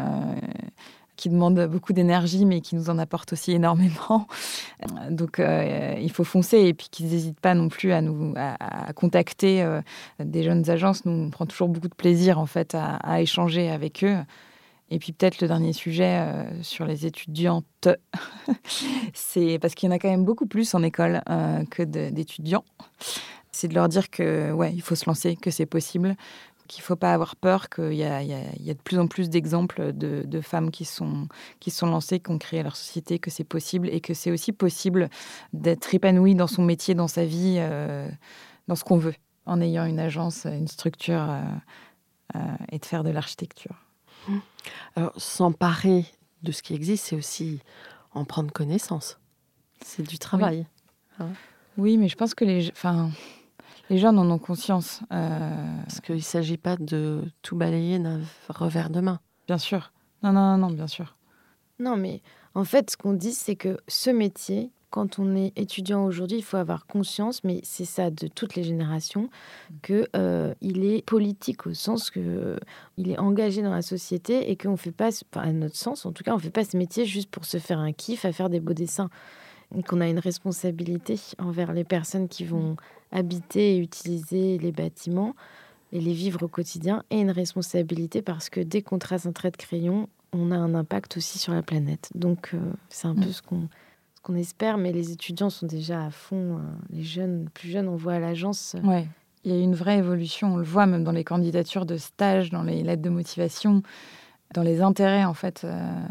qui demande beaucoup d'énergie, mais qui nous en apporte aussi énormément. Donc, il faut foncer et puis qu'ils n'hésitent pas non plus à contacter des jeunes agences. Nous, on prend toujours beaucoup de plaisir, en fait, à échanger avec eux. Et puis peut-être le dernier sujet sur les étudiantes, c'est parce qu'il y en a quand même beaucoup plus en école que d'étudiants. C'est de leur dire que ouais, il faut se lancer, que c'est possible, qu'il ne faut pas avoir peur, qu'il y a de plus en plus d'exemples de femmes qui sont lancées, qui ont créé leur société, que c'est possible et que c'est aussi possible d'être épanouie dans son métier, dans sa vie, dans ce qu'on veut, en ayant une agence, une structure et de faire de l'architecture. Alors, s'emparer de ce qui existe, c'est aussi en prendre connaissance. C'est du travail. Oui, oui, mais je pense que les jeunes en ont conscience. Parce qu'il ne s'agit pas de tout balayer d'un revers de main. Bien sûr. Non, bien sûr. Non, mais en fait, ce qu'on dit, c'est que ce métier, quand on est étudiant aujourd'hui, il faut avoir conscience, mais c'est ça de toutes les générations, qu'il est politique au sens qu'il est engagé dans la société et qu'on ne fait pas, à notre sens en tout cas, on ne fait pas ce métier juste pour se faire un kiff à faire des beaux dessins. Et qu'on a une responsabilité envers les personnes qui vont habiter et utiliser les bâtiments et les vivre au quotidien, et une responsabilité parce que dès qu'on trace un trait de crayon, on a un impact aussi sur la planète. Donc, c'est un peu ce qu'on espère, mais les étudiants sont déjà à fond. Les plus jeunes, on voit à l'agence. Ouais, il y a une vraie évolution. On le voit même dans les candidatures de stage, dans les lettres de motivation, dans les intérêts en fait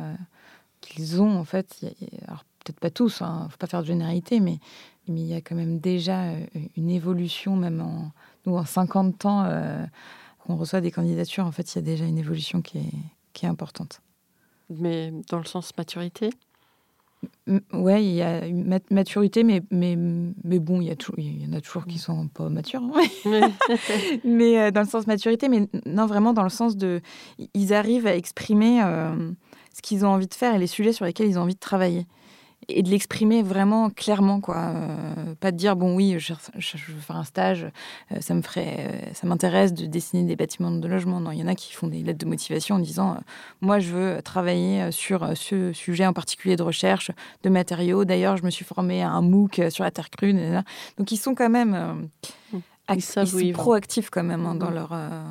qu'ils ont. En fait, alors peut-être pas tous, faut pas faire de généralité, mais il y a quand même déjà une évolution, même en 50 ans qu'on reçoit des candidatures. En fait, il y a déjà une évolution qui est importante. Mais dans le sens maturité ? Ouais, il y a une maturité, mais bon, il y en a toujours qui sont pas matures. Hein. Mais dans le sens maturité, mais non, vraiment dans le sens de... Ils arrivent à exprimer ce qu'ils ont envie de faire et les sujets sur lesquels ils ont envie de travailler. Et de l'exprimer vraiment clairement, quoi. Pas de dire, bon, oui, je veux faire un stage, ça m'intéresse de dessiner des bâtiments de logement. Non, il y en a qui font des lettres de motivation en disant, moi, je veux travailler sur ce sujet en particulier de recherche, de matériaux. D'ailleurs, je me suis formée à un MOOC sur la terre crue. Donc, ils sont quand même ils sont proactifs quand même dans leur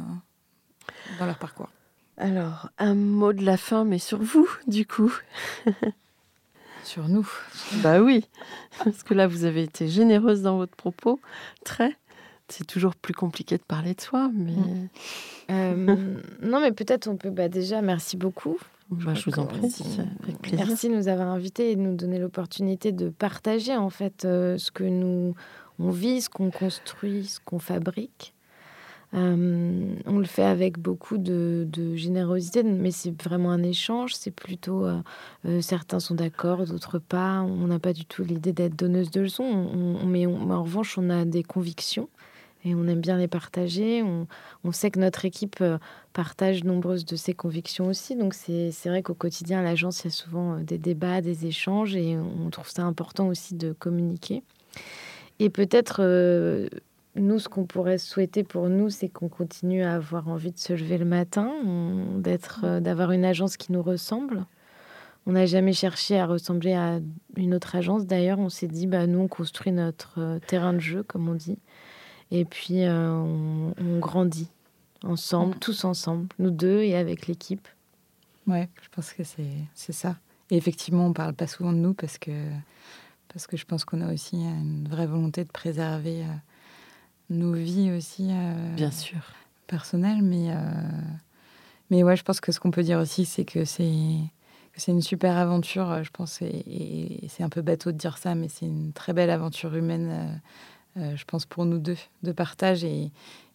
parcours. Alors, un mot de la fin, mais sur vous, du coup. Sur nous. Bah oui, parce que là, vous avez été généreuse dans votre propos. C'est toujours plus compliqué de parler de soi, mais... Non, mais peut-être on peut... déjà, merci beaucoup. Je vous en prie, avec plaisir. Merci de nous avoir invités et de nous donner l'opportunité de partager, en fait, ce que on vit, ce qu'on construit, ce qu'on fabrique. On le fait avec beaucoup de générosité, mais c'est vraiment un échange. C'est plutôt certains sont d'accord, d'autres pas. On n'a pas du tout l'idée d'être donneuse de leçons, mais en revanche, on a des convictions et on aime bien les partager. On sait que notre équipe partage nombreuses de ces convictions aussi. Donc c'est vrai qu'au quotidien, à l'agence, il y a souvent des débats, des échanges, et on trouve ça important aussi de communiquer. Et peut-être... nous, ce qu'on pourrait souhaiter pour nous, c'est qu'on continue à avoir envie de se lever le matin, d'avoir une agence qui nous ressemble. On n'a jamais cherché à ressembler à une autre agence. D'ailleurs, on s'est dit, nous, on construit notre terrain de jeu, comme on dit. Et puis, on grandit ensemble, tous ensemble, nous deux et avec l'équipe. Ouais, je pense que c'est ça. Et effectivement, on ne parle pas souvent de nous parce que je pense qu'on a aussi une vraie volonté de préserver... nos vies aussi bien sûr personnelles, mais ouais, je pense que ce qu'on peut dire aussi, c'est que c'est une super aventure, je pense, et c'est un peu bateau de dire ça, mais c'est une très belle aventure humaine, je pense, pour nous deux, de partage, et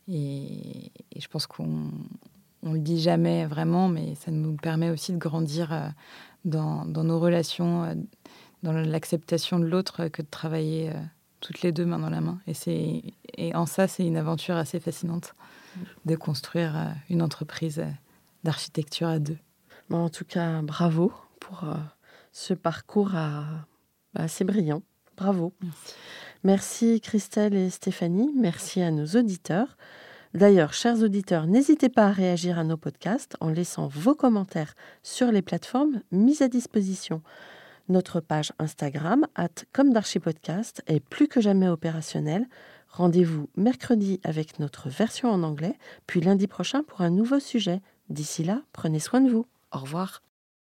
je pense qu'on le dit jamais vraiment, mais ça nous permet aussi de grandir dans nos relations, dans l'acceptation de l'autre, que de travailler toutes les deux main dans la main. Et en ça, c'est une aventure assez fascinante de construire une entreprise d'architecture à deux. En tout cas, bravo pour ce parcours assez brillant. Bravo. Merci Christelle et Stéphanie. Merci à nos auditeurs. D'ailleurs, chers auditeurs, n'hésitez pas à réagir à nos podcasts en laissant vos commentaires sur les plateformes mises à disposition. Notre page Instagram, @commedarchipodcast, est plus que jamais opérationnelle. Rendez-vous mercredi avec notre version en anglais, puis lundi prochain pour un nouveau sujet. D'ici là, prenez soin de vous. Au revoir.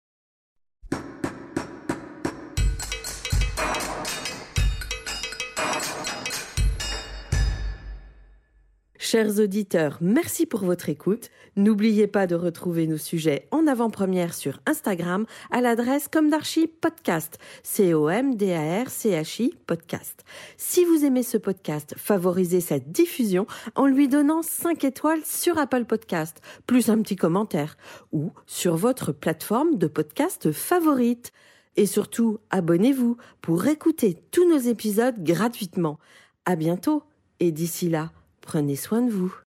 Chers auditeurs, merci pour votre écoute. N'oubliez pas de retrouver nos sujets en avant-première sur Instagram à l'adresse Comdarchi Podcast, COMDARCHI Podcast. Si vous aimez ce podcast, favorisez sa diffusion en lui donnant 5 étoiles sur Apple Podcast, plus un petit commentaire, ou sur votre plateforme de podcast favorite. Et surtout, abonnez-vous pour écouter tous nos épisodes gratuitement. À bientôt, et d'ici là, prenez soin de vous.